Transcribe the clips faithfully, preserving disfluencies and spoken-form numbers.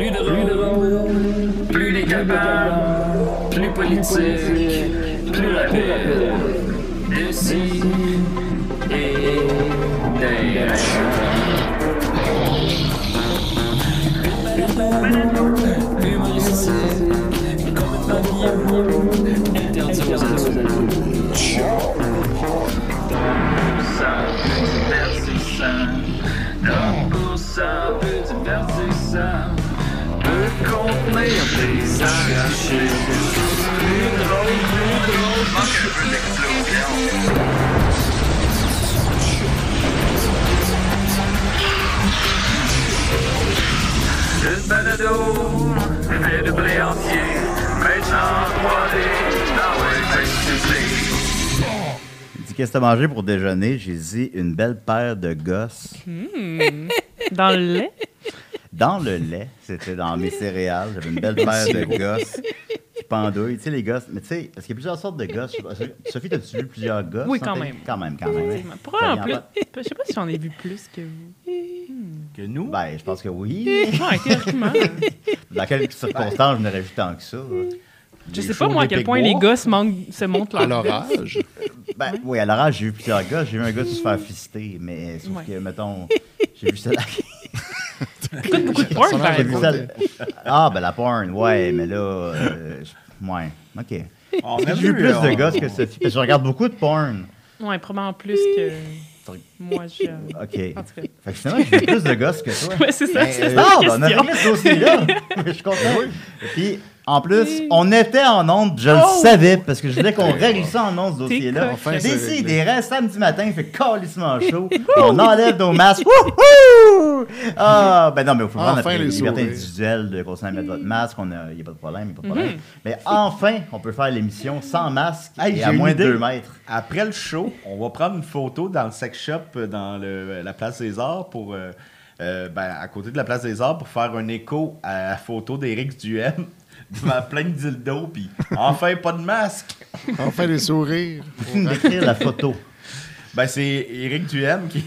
Plus drôle, plus décapable, plus politique, plus rapide. D'ici et d'ailleurs. Humoristique, complètement vieux, interdit aux adultes. Ça peut divertissant, donc pour ça peut divertissant, peut contenir des arrachés. Plus drôle, plus drôle, manque un peu d'explosion. Une balado, fait de blé entier, maintenant trois D, dans le festival. Il dit qu'est-ce que t'as mangé pour déjeuner? J'ai dit une belle paire de gosses. Mmh. Dans le lait? Dans le lait, c'était dans mes céréales. J'avais une belle paire de gosses qui pendouillent. Tu sais, les gosses, mais tu sais, parce qu'il y a plusieurs sortes de gosses. Sophie, t'as-tu vu plusieurs gosses? Oui, quand même. Quand même, quand même. Probablement plus. Je sais pas si j'en ai vu plus que vous. Que nous? Ben, je pense que oui. Ouais, théoriquement. Dans quelles circonstances je n'aurais vu tant que ça? Je sais pas, moi, à quel point les gosses manquent, se montrent leur À l'orage? Ben, oui, à l'orage, j'ai vu plusieurs gosses. J'ai vu un gars se faire fister, mais sauf Ouais. que, mettons, j'ai vu ça là. T'écoutes beaucoup de porn, par J'ai vu exemple. ça. Ah, ben la porn, ouais, mais là. Euh, je- ouais, OK. On J'ai a vu plus on- de gosses que Sophie. Parce que je regarde beaucoup de porn. Ouais, probablement plus que moi, je... OK. En tout cas. Fait que finalement, j'ai vu plus de gosses que toi. Ouais, c'est ça, Ben, c'est euh, ça non, la ben, on a question. réglé ce dossier-là. Je suis content. Puis, en plus, on était en onde, je le savais, parce que je voulais qu'on règle ça en onde, ce dossier-là. coquin. Enfin, c'est D'ici, réglé. des restes samedi matin, il fait calissement chaud. On enlève nos masques. Wouhou! Ah, ben non, mais il faut prendre Enfin, notre les liberté sourires. individuelle de continuer à mettre votre masque. Il n'y a pas de problème, il a pas de problème. Mais enfin, on peut faire l'émission sans masque Hey, et j'ai à une moins de idée. deux mètres. Après le show, on va prendre une photo dans le sex shop euh, dans le- la place des Arts pour euh, euh, ben, à côté de la place des Arts pour faire un écho à la photo d'Éric Duhem devant plein de dildos puis enfin pas de masque. Enfin, les sourires. Faut me décrire la photo. Ben c'est Éric Duhem qui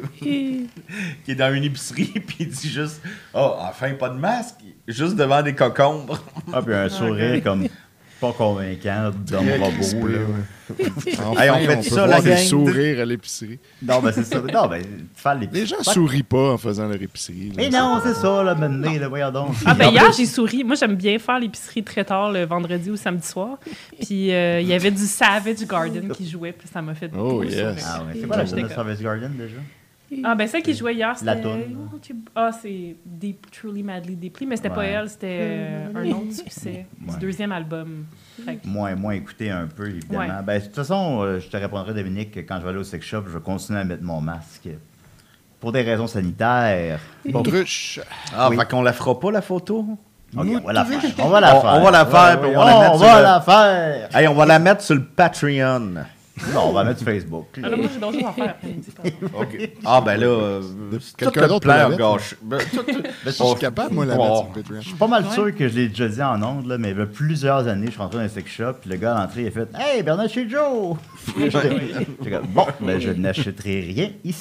qui est dans une épicerie puis il dit juste oh enfin pas de masque juste devant des cocombres. Ah, puis un sourire comme pas convaincant d'homme robot. Là. Enfin, Hey, on on, fait peut ça, voir la des gang. sourires à l'épicerie. Non, ben c'est ça. Non, ben, faire les Les gens Pas- sourient pas en faisant leur épicerie. là. Mais non, c'est ça, là, maintenant, là, voyons donc. Ah ben En hier, plus- j'ai souri. Moi, j'aime bien faire l'épicerie très tard, le vendredi ou samedi soir. Puis euh, il y avait du Savage Garden qui jouait, puis ça m'a fait Oh, beaucoup yes. sourire. Ah ouais, c'est quoi la J'étais tune de comme- Service Garden, déjà? Ah ben celle qui jouait hier, c'était... La toune. Ah, c'est Deep, Truly Madly Deeply, mais c'était pas Ouais. elle, c'était euh, un autre succès Ouais. du deuxième album. Fait que- Moins, moins écouté un peu, évidemment. Ouais. Ben, de toute façon, euh, je te répondrai, Dominique, que quand je vais aller au sex shop, je vais continuer à mettre mon masque. Pour des raisons sanitaires. Pas- Truche. Ah Oui. fait qu'on la fera pas la photo. Ok, on va la faire. On va la On- faire. on va la faire, puis on va la mettre on sur va le- la faire. Hey, on va la mettre sur le Patreon. Non, on va mettre sur Facebook. Ah, là, moi, j'ai d'autres choses à faire après-midi, pardon. OK. Ah ben là, euh, Quelqu'un tout le d'autre plan peut la a mettre, gâché. Ben, tout- tout- Ben, Je suis capable, moi, de la Oh. mettre sur le Patreon. Je suis pas mal Ouais. sûr que je l'ai déjà dit en ondes, là, mais il y a plusieurs années, je suis rentré dans un sex shop, puis le gars à l'entrée, il a fait « Hey, Bernard chez Joe! » J'étais j'étais comme « Bon, ben, je n'achèterai rien ici. »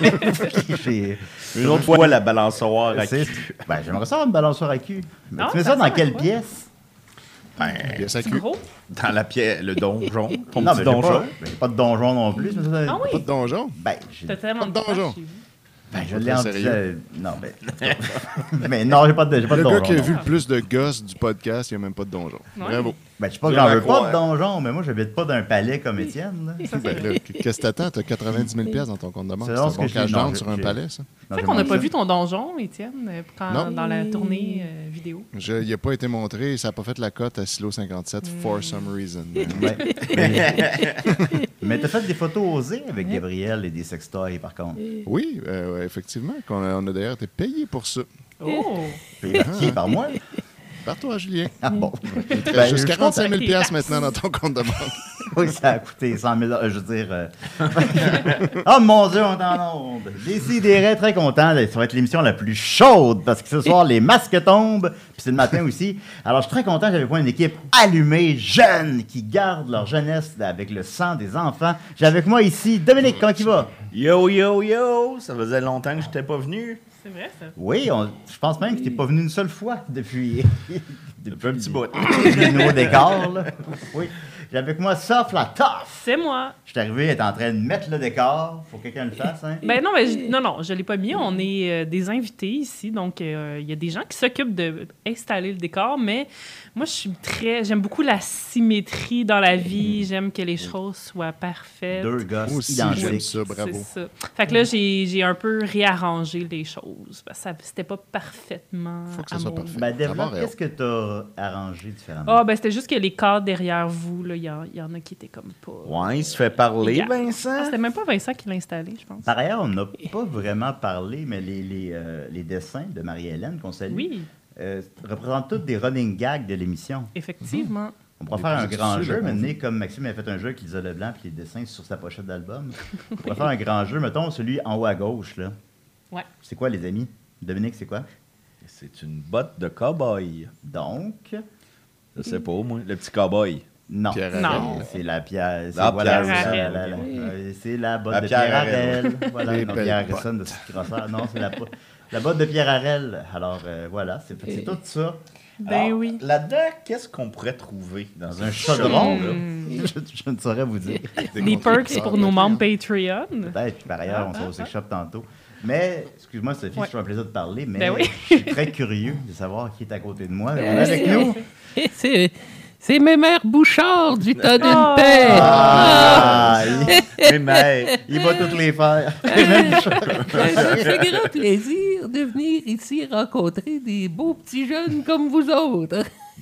J'ai- Une autre fois, la balançoire à C'est- cul. Ben, j'aimerais ça avoir une balançoire à cul. Mais Ah, tu mets ça ça dans ressemble à quelle quoi? pièce? Ben, Bien ça C'est cul. gros? dans la pièce, le donjon. Ton Non, petit mais j'ai donjon. pas, ben, j'ai pas de donjon non plus. Mais ça, Ah oui? Pas de donjon. Ben, j'ai- T'as tellement de Pas de place donjon. chez vous. ben, je Pas l'ai très en sérieux. Non, ben. mais non, j'ai pas de, j'ai pas de Le donjon. gars qui a non. vu le plus de gosses du podcast, il n'y a même pas de donjon. Ouais. Bravo. Ben, je sais pas que Je j'en vais veux pas croire. de donjon, mais moi, j'habite pas d'un palais comme Étienne. Là. Ben là, qu'est-ce que t'attends? T'as quatre-vingt-dix mille piastres dans ton compte de banque. C'est C'est long un ce bon que j'ai- cash non, down j'ai- sur un j'ai- palais, ça. Non, C'est vrai j'ai qu'on n'a mangé pas ça. vu ton donjon, Étienne, euh, quand- Non. dans la tournée euh, vidéo. Je, il n'a pas été montré, ça n'a pas fait la cote à Silo cinquante-sept for some reason. Ouais. Mais, mais t'as fait des photos osées avec Gabriel et des sextoys, par contre. Oui, euh, ouais, effectivement. qu'on a- on a d'ailleurs été payé pour ça. Oh! Puis, qui, par moi? Par toi, Julien. Ah bon. Il te Ben, reste juste je suis quarante-cinq content. mille piastres maintenant dans ton compte de banque. Oui, ça a coûté cent mille dollars. Je veux dire. euh, oh mon Dieu, on est en onde. Décidérez, très content. Ça va être l'émission la plus chaude parce que ce soir, les masques tombent. Puis c'est le matin aussi. Alors, je suis très content. J'avais pas une équipe allumée, jeune, qui garde leur jeunesse avec le sang des enfants. J'ai avec moi ici Dominique. Comment il va? Yo, yo, yo! Ça faisait longtemps que j'étais pas venu. C'est vrai, ça. Oui, on- je pense même que tu n'es pas venu une seule fois depuis. Depuis un petit bout. Les nouveaux décors, là. Oui. J'ai avec moi Soph la Tough. C'est moi. Je suis arrivé, elle est en train de mettre le décor. Faut que quelqu'un le fasse, hein? Ben non, mais je, non, non, je l'ai pas mis. On est euh, des invités ici, donc euh, il y a des gens qui s'occupent d'installer le décor, mais moi, je suis très... J'aime beaucoup la symétrie dans la vie. J'aime que les choses soient parfaites. Deux gosses Moi aussi, identiques. j'aime ça, bravo. C'est ça. Fait que là, j'ai j'ai un peu réarrangé les choses. Parce que ça- c'était pas parfaitement Faut que ça soit amoureux. parfait. Ben, développe, D'abord, qu'est-ce que tu as arrangé différemment? Ah, ben c'était juste que les cadres derrière vous, là, il y, en- il y en a qui étaient comme pas... Ouais, il se fait parler, Regarde. Ah, Vincent. c'était même pas Vincent qui l'a installé, je pense. Par ailleurs, on n'a pas vraiment parlé, mais les, les, euh, les dessins de Marie-Hélène qu'on salue Oui, euh, représentent tous des running gags de l'émission. effectivement. On pourrait Les faire un plus grand difficiles, jeu, là, maintenant, comme Maxime a fait un jeu avec Lisa Leblanc et les dessins sur sa pochette d'album. On pourrait faire un grand jeu, mettons celui en haut à gauche. Là. Ouais. C'est quoi, les amis? Dominique, c'est quoi? C'est une botte de cow-boy. Donc, Je sais pas, moi. Le petit cow-boy. non. Pierre Non. Harel. C'est la pierre. C'est Ah, voilà, Pierre c'est ça, Harel. la- la- euh, c'est la botte La de Pierre Pierre Harel. Harel. Voilà, Les non, belles Pierre bottes. Harrison de ce crosseur. Non, c'est la, po- la botte de Pierre Harel. Alors, euh, voilà, c'est c'est tout ça. Ben Alors, oui. Là-dedans, qu'est-ce qu'on pourrait trouver dans, Dans un un chaudron, Hmm. là. Je, je ne saurais vous dire. Les perks pour nos membres Patreon. Peut-être, puis par ailleurs, on sera au sex shop tantôt. Mais, excuse-moi, Sophie, Ouais. c'est toujours un plaisir de parler, mais Ben oui. je suis très curieux de savoir qui est à côté de moi. On est avec nous. C'est, c'est Mémère Bouchard du tas d'une Oh. paix. Ah, il, Mais mère, il va toutes les faire. Ça me fait grand plaisir de venir ici rencontrer des beaux petits jeunes comme vous autres.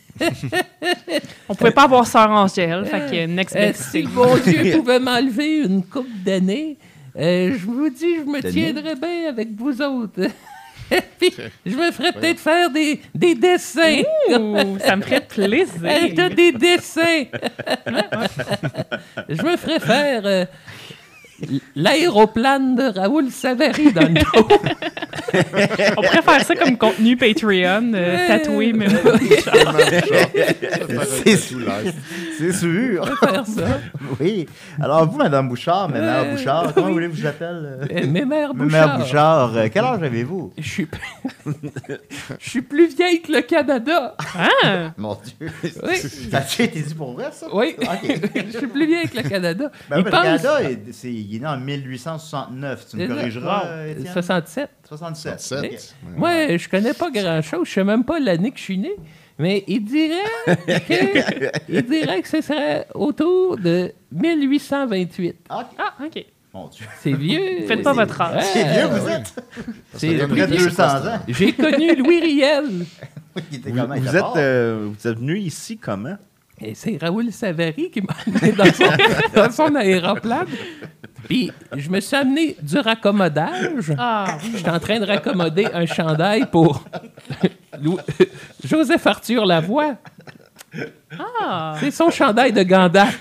On pouvait pas avoir Sœur Angèle, fait que next Euh, best si thing. le bon Dieu pouvait m'enlever une coupe d'années, euh, je vous dis, je me D'années? tiendrais bien avec vous autres. Puis, je me ferais peut-être faire des, des dessins. Ouh, ça me ferait plaisir. Hey, t'as des dessins. Je me ferais faire euh, l'aéroplane de Raoul Savary dans le dos. On pourrait faire ça comme contenu Patreon, euh, tatoué même. C'est Tout live. C'est sûr. Faire ça. Oui. Alors, vous, Madame Bouchard, Mémère Euh, Bouchard, comment oui. voulez-vous que je l'appelle? euh? Euh, Mémère Mémère Bouchard. Bouchard, euh, quel âge avez-vous? Je suis... Je suis plus vieille que le Canada. Ah! Mon Dieu. Oui. Ça a été dit pour vrai, ça? Oui. OK. Je suis plus vieille que le Canada. Ben, Il oui, mais pense- le Canada, est- c'est- il est né en mille huit cent soixante-neuf. Tu me C'est ça. corrigeras, Wow. euh, Étienne? soixante-sept. soixante-sept. soixante-sept. OK. Moi, je connais pas grand-chose. Je sais même pas l'année que je suis né. Mais il dirait que, il dirait que ce serait autour de mille huit cent vingt-huit. OK. Ah, OK. Mon Dieu. C'est vieux. Faites pas C'est- votre âge. C'est vieux, Ouais, vous ouais. êtes? C'est Ça le donnerait Près de plus- deux cents ans. J'ai connu Louis Riel. Il était vous, comment? Il vous était êtes, fort? euh, vous êtes venu ici comment? Et c'est Raoul Savary qui m'a amené dans son, dans son aéroplane. Puis je me suis amené du raccommodage. Ah, oui. J'étais en train de raccommoder un chandail pour Lou- Joseph Arthur Lavoie. Ah! C'est son chandail de Gandalf.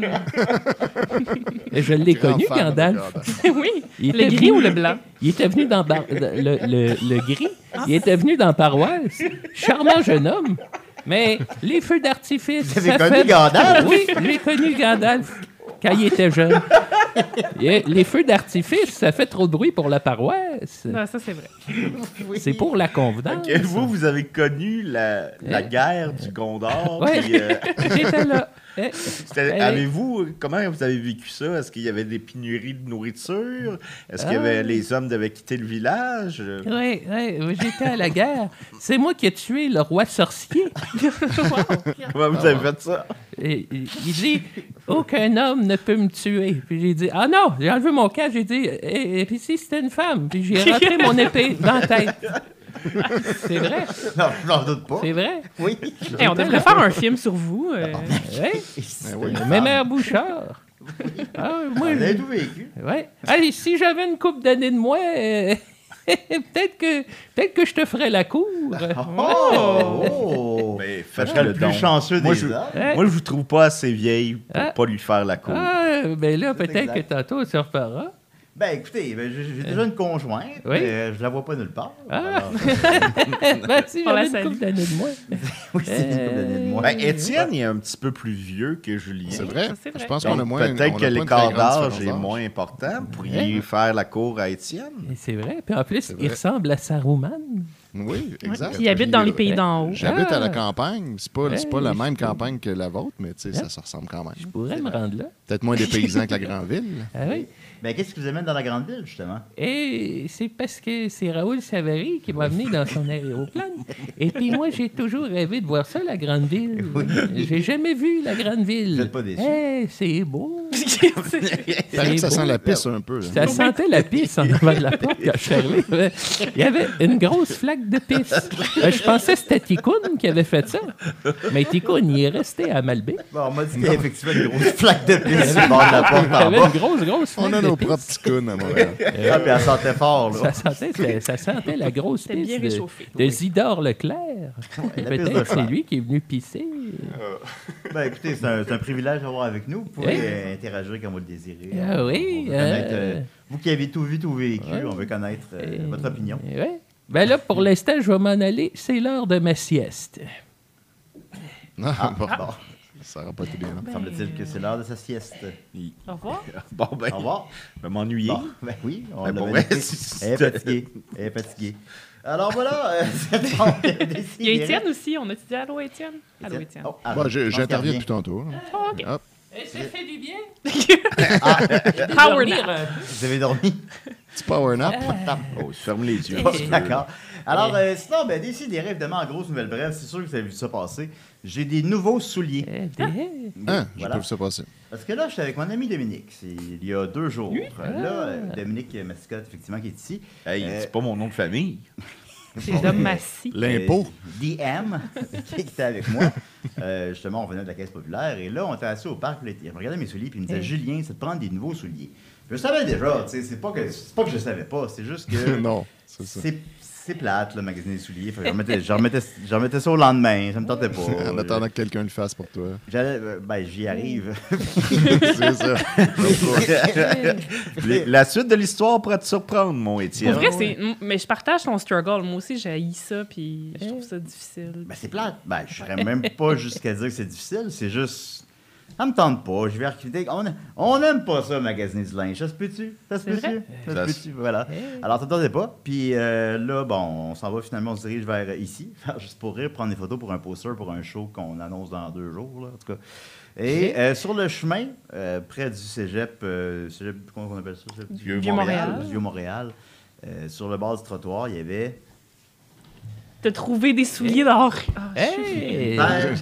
Et je l'ai Grand connu, fan de Gandalf. Gandalf. oui. Il Le était gris venu- ou le blanc? Il était venu dans Bar- le, le- le gris. Il était venu dans Paroisse. Charmant jeune homme. Mais les feux d'artifice. Vous avez ça connu fait- Gandalf? Oui, j'ai connu Gandalf quand il était jeune. Et les feux d'artifice, ça fait trop de bruit pour la paroisse. Non, ça, c'est vrai. C'est pour la convenance. Ok, vous, vous avez connu la, la Eh? guerre du Gondor. Ouais. puis, euh, J'étais là. Eh, c'était- Eh. avez-vous, comment vous avez vécu ça? Est-ce qu'il y avait des pénuries de nourriture? Est-ce qu'il y avait Ah. les hommes devaient quitter le village? Oui, oui, j'étais à la guerre. C'est moi qui ai tué le roi sorcier. Comment vous avez fait ça? Et, il il dit aucun homme ne peut me tuer. Puis j'ai dit ah non, j'ai enlevé mon casque, j'ai dit et, et puis si c'était une femme, puis j'ai rentré mon épée dans la tête. C'est vrai, Non, je n'en doute pas. c'est vrai. Oui. Hey, on devrait faire un film sur vous. euh. Ouais. Ben oui. Mémère Bouchard. Ah, moi, Vous avez je- tout vécu. ouais. Allez, si j'avais une couple d'années de moi, euh, peut-être que peut-être que je te ferais la cour. Oh! Mais Mais Je faites serais le le plus don. chanceux Moi, des je, hommes. Hein? moi, je vous trouve pas assez vieille pour Ah. pas lui faire la cour. Ah, ben là, peut-être exact. que tantôt, tu reparas. Ben écoutez, ben, j'ai j'ai déjà une conjointe, Oui. mais euh, je la vois pas nulle part. Ah. Alors, Ben, si On la j'avais une salue. couple d'années de moins. oui, c'est une couple d'années de moins. Ben, Étienne, il est un petit peu plus vieux que Julien. C'est vrai. Ça, c'est vrai. Je pense qu'on a Donc, moins. on peut-être a que pas une l'écart très grande d'âge différence est d'âge. moins important. Vous pourriez faire la cour à Étienne. Et C'est vrai. Puis en plus, C'est il vrai. ressemble à Saruman. Oui, exact. Puis il habite dans les Puis, pays euh, d'en haut. J'habite à la Ah. campagne. C'est pas, c'est pas Hey, la je même peux- campagne que la vôtre, mais tu sais, Hein? ça se ressemble quand même. Je pourrais me rendre là. Peut-être moins des paysans que la grande ville. Ah oui. Ben, qu'est-ce qui vous amène dans la grande ville, justement? Et c'est parce que c'est Raoul Savary qui m'a amené dans son aéroplane. Et puis moi, j'ai toujours rêvé de voir ça, la grande ville. J'ai jamais vu la grande ville. Vous êtes pas déçus? Eh, c'est beau. Il paraît que ça beau. sent la pisse un peu. là. Ça sentait la pisse en avant de la porte quand je suis arrivé. Il y avait une grosse flaque de pisse. Euh, Je pensais que c'était Ticoun qui avait fait ça. Mais Ticoun, il est resté à Malbé. Bon, on m'a dit qu'il y avait effectivement une grosse flaque de pisse sur le bord de la porte Il y en avait bas. une grosse, grosse On flaque a de nos pisse. propres petits counes à Montréal. Ah, puis elle sentait fort, là. Ça sentait, ça, ça sentait la grosse C'était bien pisse de, réchauffé. de Zidore Leclerc. Et la pisse de peut-être c'est Leclerc. lui qui est venu pisser. Ben, écoutez, c'est un, c'est un privilège d'avoir avec nous. Vous pouvez Oui. euh, interagir comme vous le désirez. Ah On- oui, on veut connaître, euh, euh, vous qui avez tout vu, tout vécu, Ouais. on veut connaître euh, Et- votre opinion. et ouais. Ben là, pour l'instant, je vais m'en aller. C'est l'heure de ma sieste. Non, bon, Bon, ça n'aura pas été bien. non. semble-t-il que c'est l'heure de sa sieste. Au revoir. Bon, ben, Au revoir. je vais m'ennuyer. Bon, ben oui, on Ben l'a bon, validé. ben, si- Elle est fatiguée. Elle est fatiguée. Alors voilà, euh, c'est bon. Il y a Étienne aussi. On a dit allô, Étienne? Allô, Étienne. Oh, ah, Bon, je je- pense J'interviens qu'il depuis tantôt. là. Oh, OK. Hop. Et ça fait du bien. Power Dormir nap. un peu. Vous avez dormi? Petit power nap. Oh, je ferme les yeux. Eh. D'accord. Alors, euh, sinon, ben, décidérez, évidemment, en grosse nouvelle brève, c'est sûr que vous avez vu ça passer. J'ai des nouveaux souliers. Eh, des- Hein, j'ai Voilà. pas vu ça passer. Parce que là, j'étais avec mon ami Dominique, c'est il y a deux jours. Là, euh, Dominique Mascotte, effectivement, qui est ici. Hey, Euh, c'est pas mon nom de famille. C'est Dom Massy. L'impôt. Euh, D M, qui était avec moi. Euh, justement, on venait de la Caisse populaire. Et là, on était assis au parc. Puis là, il regardait mes souliers. Puis il me disait, Julien, c'est de prendre des nouveaux souliers. Puis je savais déjà, tu sais, c'est pas que c'est pas que je savais pas, c'est juste que Non, c'est ça. c'est c'est plate, le magasiner des souliers. Fait que je remettais, je, remettais, je remettais ça au lendemain, ça me tentait pas. En attendant que quelqu'un le fasse pour toi. J'allais, euh, ben, j'y arrive. C'est ça. Les- La suite de l'histoire pourrait te surprendre, mon Pour Étienne. vrai, c'est. Mais je partage ton struggle. Moi aussi, j'ai haï ça, puis je trouve ça difficile. Ben, c'est plate. Ben, je serais même pas jusqu'à dire que c'est difficile, c'est juste. Ça me tente pas. Je vais archiver. On on aime pas ça, magasiner du linge. Ça se peut-tu? Ça se C'est peut-tu? vrai? Ça Ça se se- peut-tu? Voilà. Alors, ça ne tentait pas. Puis euh, là, bon, on s'en va finalement, on se dirige vers ici. Juste pour rire, prendre des photos pour un poster pour un show qu'on annonce dans deux jours, là, en tout cas. Et euh, sur le chemin, euh, près du cégep, euh, cégep, comment on appelle ça? Cégep du Vieux Vieux-Montréal. du Vieux-Montréal. Euh, sur le bord du trottoir, il y avait. T'as trouvé des souliers d'or. Ah, Hey, Ben,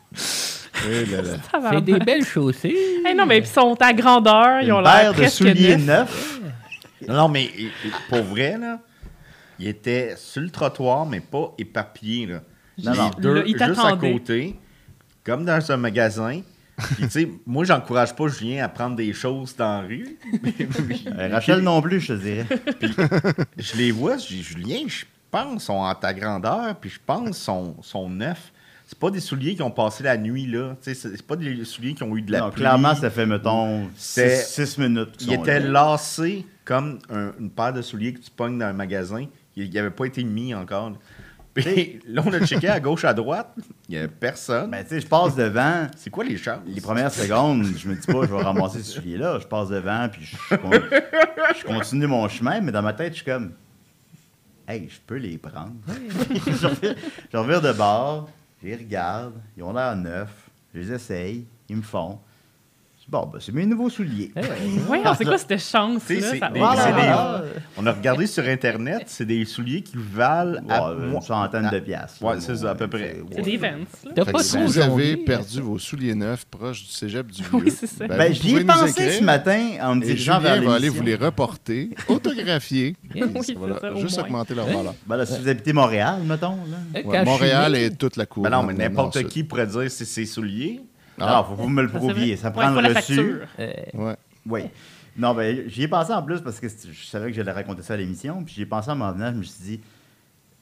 Eh là là. c'est des belles chaussées. Hey, non, mais ils sont à grandeur. Ils ont une l'air paire de presque souliers neufs. neufs. Non, non, mais et- et pour vrai, là, il était sur le trottoir, mais pas éparpillé. Là. Non, Les non. deux, Là, il juste à t'attendait. côté, comme dans un magasin. Puis, tu sais, moi, j'encourage pas Julien à prendre des choses dans la rue. Euh, Rachel non plus, je te dirais. Je les vois, je dis, Julien, je pense, sont en ta grandeur, puis je pense, sont, sont neufs. C'est pas des souliers qui ont passé la nuit, là. Tu sais, c'est c'est pas des souliers qui ont eu de la Non, pluie. clairement, ça fait, mettons, C'est- six minutes. qu'ils Il sont était là. lassé comme un- une paire de souliers que tu pognes dans un magasin. Il n'avait pas été mis encore. là. Puis là, on a checké à gauche, à droite. Il n'y avait personne. Ben, tu sais, je passe devant. C'est quoi les chances? Les premières secondes, je me dis pas, je vais ramasser ce soulier-là. Je passe devant, puis je, je con- je continue mon chemin, mais dans ma tête, je suis comme, hey, je peux les prendre. je, revire, je revire de bord, je les regarde, ils ont l'air neufs, je les essaye, ils me font. Je dis, bon, ben, c'est mes nouveaux souliers. Voyons, c'est quoi cette Tu sais, chance-là? c'est Ça- des- Voilà, c'est des- voilà. On a regardé sur Internet, c'est des souliers qui valent à Ouais, une centaine de piastres. Ouais, là, c'est ça, à peu près. C'est des Vans, là. T'as Fait pas que si trop vous avez jonglé. perdu vos souliers neufs proches du cégep du Vieux, Oui, c'est ça. Ben, vous j'y ai pouvez nous pensé écrire, ce matin en me Et dirigeant vers Julien va aller l'émission. vous les reporter, autographier. Oui, c'est Voilà, ça, au juste moins. augmenter leur valeur. Ben là, si vous habitez Montréal, mettons, là. Euh, quand Ouais, je suis Montréal né, et toute la cour. Ben non, mais n'importe nord-sud. qui pourrait dire c'est ses souliers. Non, faut que vous me le Ça, c'est prouviez. vrai. Ça Ouais, prend faut le la reçu. facture. euh, Ouais. Oui. Non, ben, j'y ai pensé en plus parce que c'est- je savais que j'allais raconter ça à l'émission. Puis j'y ai pensé en m'en venant, je me suis dit,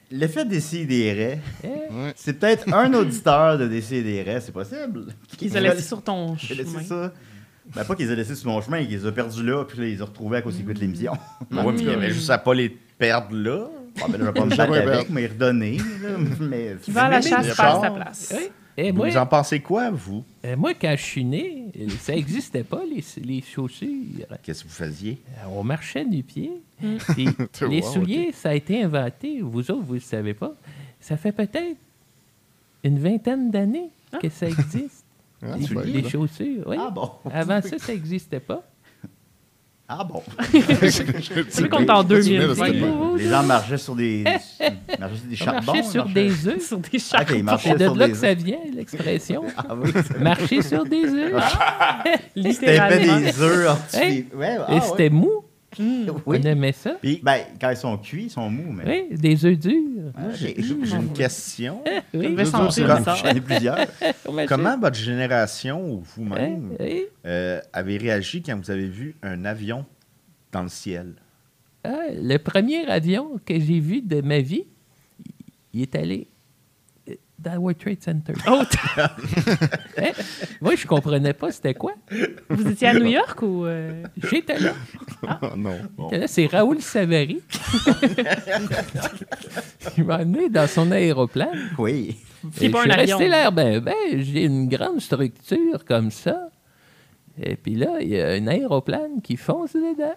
l'effet Décideret, Ouais. c'est peut-être un auditeur de Décideret, c'est possible. Qu'ils ont laissé sur ton Qui a laissé chemin. ça. Ben, pas qu'ils les a laissés sur mon chemin, qu'ils les a perdus là, puis là, ils les ont retrouvés à cause qu'ils écoutent l'émission. Ouais, mais il y avait juste à pas les perdre là. Bon, ben, là, je vais pas me Jamais battre avec, perdre. mais les redonner. là, mais Qui va à la Mais chasse les faire chars. sa place. Oui. Et moi, Vous en pensez quoi, vous? euh, moi, quand je suis né, euh, ça n'existait pas, les, les chaussures. Qu'est-ce que vous faisiez? Euh, On marchait du pied. Puis les Wow, souliers, ça a été inventé. Vous autres, vous ne le savez pas. Ça fait peut-être une vingtaine d'années que ça existe. Ah, les, tu vois, les là. chaussures, oui. Ah bon? Avant ça, ça n'existait pas. Ah bon? C'est lui qu'on est en deux Tu mets mille. le Ouais. style. Les gens marchaient sur des, marchaient sur des On charbons. marchait sur des œufs. Sur des chars. Ok, il marchait C'est de sur là des que ça vient, l'expression. Ah oui, c'est- Marcher sur des œufs. c'était Littéralement. des œufs en dessous Hein? des- Ouais, ah, Et c'était mou. ouais. On Oui. aimait ça. Puis, Ben, quand ils sont cuits, ils sont mous, mais... Oui, des œufs durs. Ah, j'ai ok. j'ai une question. Oui. devait sentir sentir comme ça. J'en ai plusieurs. On marchait. Comment votre génération ou Hein? vous-même Oui. euh, avez réagi quand vous avez vu un avion dans le ciel? Ah, le premier avion que j'ai vu de ma vie, il est allé euh, dans le World Trade Center. Oh, Hein? Moi, je comprenais pas c'était quoi. vous étiez à New York ou. euh, J'étais là. Oh, non. J'étais là, c'est Raoul Savary. Il m'a amené dans son aéroplane. Oui. C'est Et pas je un suis avion. resté l'air ben, ben, j'ai une grande structure comme ça. Et puis là, il y a un aéroplane qui fonce dedans.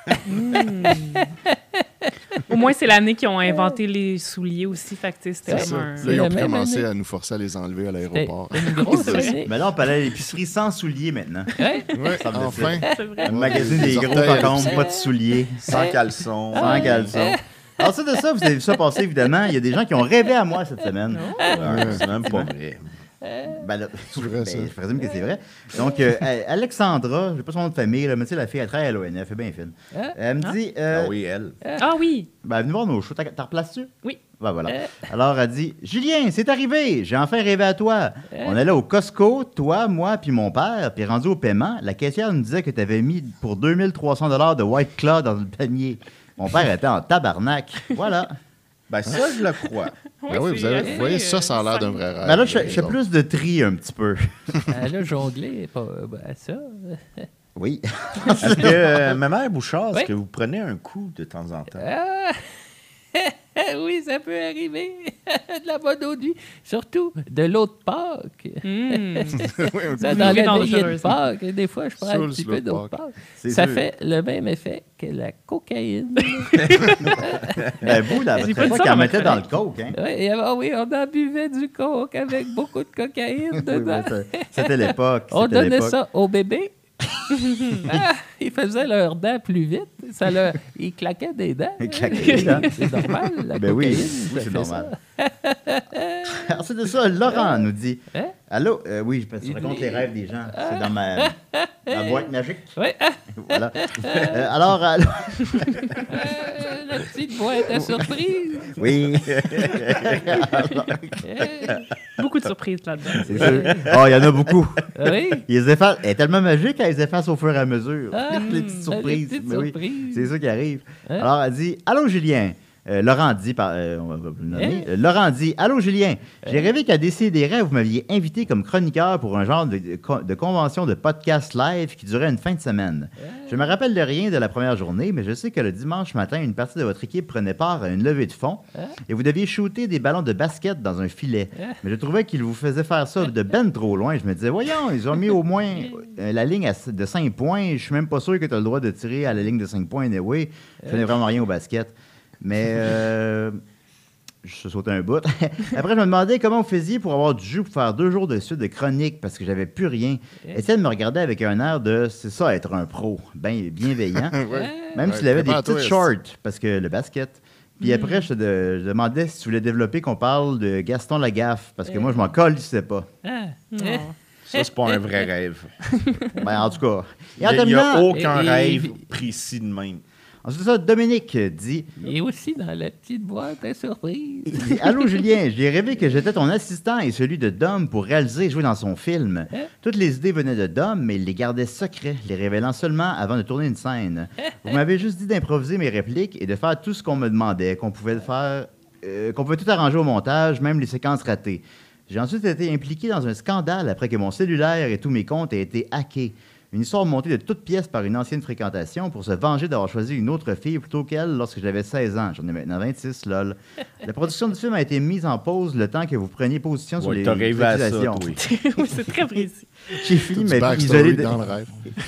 Au moins, c'est l'année qu'ils ont inventé les souliers aussi. Fait que tu sais, c'était C'est comme ça. un. Là, ils ont la même commencé année. à nous forcer à les enlever à C'était l'aéroport. une grosse année. Mais là, on peut aller à l'épicerie sans souliers maintenant. Ouais. Ouais, Ça me enfin. C'est vrai. Un magazine des Les gros orteils à pantalons, l'épicerie. pas de souliers, Sans caleçon. sans caleçon. Alors, ça de ça, vous avez vu ça passer, évidemment. Il y a des gens qui ont rêvé à moi cette semaine. Ouais, c'est même pas vrai. Ben là, C'est vrai, ça. ben, je présume que c'est vrai. Donc, euh, euh, Alexandra, je sais pas son nom de famille, là, mais tu sais, la fille, elle travaille à l'O N F, elle est bien fine. Hein? Elle me dit, euh, Ah oui, elle. Ah oui. ben, elle est venue voir nos shows. T'as t'as replaces-tu? Oui. Ben voilà. Alors, elle dit, Julien, c'est arrivé, j'ai enfin rêvé à toi. On allait au Costco, toi, moi, puis mon père, puis rendu au paiement, la caissière nous disait que tu avais mis pour deux mille trois cents dollars de White Claw dans le panier. Mon père était en tabarnak. Voilà. Ben ça, je le crois. Ben oui, vous, c'est avez- assez, vous voyez, ça, euh, ça a l'air d'un ça- vrai rêve. Ben là, je fais- je par fais exemple. plus de tri un petit peu. Elle a jonglé pas, ben, ça. Oui. Est-ce que, euh, ma mère Bouchard, est-ce Oui. que vous prenez un coup de temps en temps? Ah! Oui, ça peut arriver. De la bonne eau de vie. Surtout de l'eau de Pâques. Hmm. Oui, un Ça, coup. dans Très la veillée de dangereuse. Pâques, des fois, je prends Sur un le petit slow peu d'eau de Pâques. Pâques. C'est Ça sûr. fait le même effet que la cocaïne. Ben vous, là, J'ai c'est pas pas dit ça qu'elle dans ma mettait dans le chronique. coke, hein? Oui, et, ah oui, on en buvait du coke avec beaucoup de cocaïne Oui, dedans. oui, ça- c'était l'époque. On c'était donnait l'époque. ça aux bébés. Ah, ils faisaient leurs dents plus vite. Ça leur... Ils claquaient des dents. Ils claquaient des dents. C'est normal, la Ben oui, cocaïne, oui, ça c'est fait normal. ça. Alors, c'est de ça, Laurent nous dit. Hein? Allô? Euh, oui, parce que je Il- raconte les rêves des gens. Ah. C'est dans ma, ma boîte magique. Oui, ah, Voilà. Euh, alors, alors- euh, la petite boîte à surprise. oui. Euh, Beaucoup de surprises là-dedans. C'est sûr. Oh, il y en a beaucoup. oui. Ils les effacent. Elle est tellement magique qu'elle les efface au fur et à mesure. Ah, les petites les surprises. petites Mais oui, surprises. c'est ça qui arrive. Hein? Alors, elle dit Allô, Julien. Euh, Laurent dit, par, euh, on va le nommer. Hein? Euh, Laurent dit Allô, Julien. J'ai rêvé qu'à Décideret, vous m'aviez invité comme chroniqueur pour un genre de, de con- de convention de podcast live qui durait une fin de semaine. Je me rappelle de rien de la première journée, mais je sais que le dimanche matin, une partie de votre équipe prenait part à une levée de fonds et vous deviez shooter des ballons de basket dans un filet. Mais je trouvais qu'ils vous faisaient faire ça de ben trop loin. Je me disais, voyons, ils ont mis au moins euh, la ligne à- de cinq points. Je suis même pas sûr que tu as le droit de tirer à la ligne de cinq points. Anyway, je connais vraiment rien au basket. Mais euh, je sautais un bout. Après, je me demandais comment vous faisiez pour avoir du jus pour faire deux jours de suite de chronique parce que j'avais plus rien. Étienne me regardait avec un air de c'est ça être un pro, ben bienveillant. Ouais. Même Ouais, s'il avait des prépare-toi, petites est-ce- shorts parce que le basket. Puis après, je te de- je demandais si tu voulais développer qu'on parle de Gaston Lagaffe parce que moi, je m'en colissais pas. Ah, Non. eh, Ça, c'est pas un vrai rêve. Ben, en tout cas. Et Il en n'y a terminant, aucun Et- et- rêve précis de même. ensuite de ça, Dominique dit il est aussi dans la petite boîte à surprise. Il dit, Allô Julien, j'ai rêvé que j'étais ton assistant et celui de Dom pour réaliser et jouer dans son film. Toutes les idées venaient de Dom, mais il les gardait secrets, les révélant seulement avant de tourner une scène. Vous m'avez juste dit d'improviser mes répliques et de faire tout ce qu'on me demandait, qu'on pouvait faire euh, qu'on pouvait tout arranger au montage, même les séquences ratées. J'ai ensuite été impliqué dans un scandale après que mon cellulaire et tous mes comptes aient été hackés. Une histoire montée de toutes pièces par une ancienne fréquentation pour se venger d'avoir choisi une autre fille plutôt qu'elle lorsque j'avais seize ans. J'en ai maintenant vingt-six, lol. La production du film a été mise en pause le temps que vous preniez position sur Ouais, les t'as rêvé à ça, accusations. toi. Oui, c'est très précis. J'ai fini Du ma vie backstory isolée de... dans le rêve.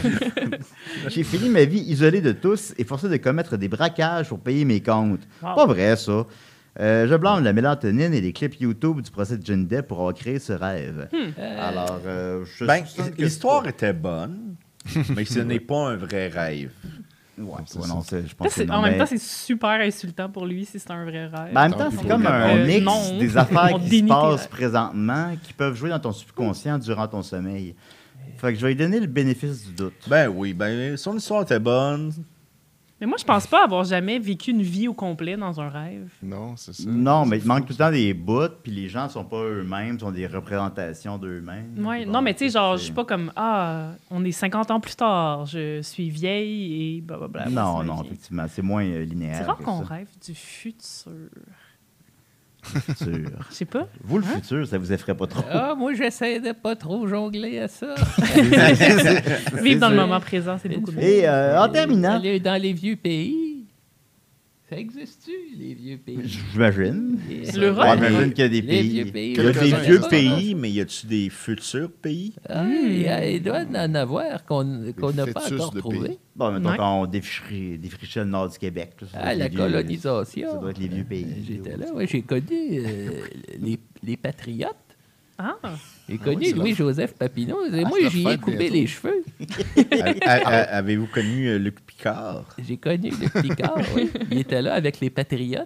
J'ai fini ma vie isolée de tous et forcé de commettre des braquages pour payer mes comptes. Wow. Pas vrai, ça. Euh, je blâme la mélatonine et les clips YouTube du procès de Johnny Depp pour avoir créé ce rêve. Alors, euh, je Ben, soupçonne que l'histoire c'est était bonne, mais ce n'est pas un vrai rêve. pas- Ouais, C'est ouais, ça. non, c'est- je Ça, pense que c'est- non, en même mais- temps, c'est super insultant pour lui si c'est un vrai rêve. Ben, en même Tant temps, pis c'est pour comme lui. un Euh, mix non. des affaires On qui se dénie passent tes- présentement qui peuvent jouer dans ton subconscient durant ton sommeil. Fait que je vais lui donner le bénéfice du doute. Ben oui, ben son histoire était bonne. Mais moi, je pense pas avoir jamais vécu une vie au complet dans un rêve. Non, c'est ça. Non, mais C'est il manque fou, tout le temps des bouts, puis les gens sont pas eux-mêmes, sont des représentations d'eux-mêmes. Ouais. Bon, Non, mais tu sais, genre, je c'est- suis pas comme Ah, on est cinquante ans plus tard, je suis vieille et blablabla. Non, c'est non, bien. effectivement, c'est moins euh, linéaire. C'est rare que qu'on ça. rêve du futur. Futur. Je sais pas. Vous, le futur, ça vous effraie pas trop. Ah, moi, j'essaie de pas trop jongler à ça. Vivre dans le sûr. moment présent, c'est beaucoup mieux. Et euh, en terminant, Aller dans les vieux pays. Ça existe-tu, les vieux pays? j'imagine. L'Europe? Ouais, j'imagine qu'il y a des Les pays. vieux pays. Il y a des Quelques-uns, vieux ça. pays, mais y a-tu des futurs pays? Ah, il, y a- il doit en avoir qu'on qu'on n'a pas fœtus encore de trouvé. pays. Bon, mettons Ouais. quand on défrichait, défrichait le nord du Québec. là, ça doit Ah, être la les vieux- colonisation. Ça doit être les vieux pays. J'étais là, oui, j'ai connu euh, les, les patriotes. Ah, J'ai connu oui, c'est Louis-Joseph Papineau. Et Ah, moi, c'est la j'y ai fête coupé bientôt. les cheveux. A- a- a- Avez-vous connu euh, Luc Picard? J'ai connu le Picard, oui. Il était là avec les patriotes.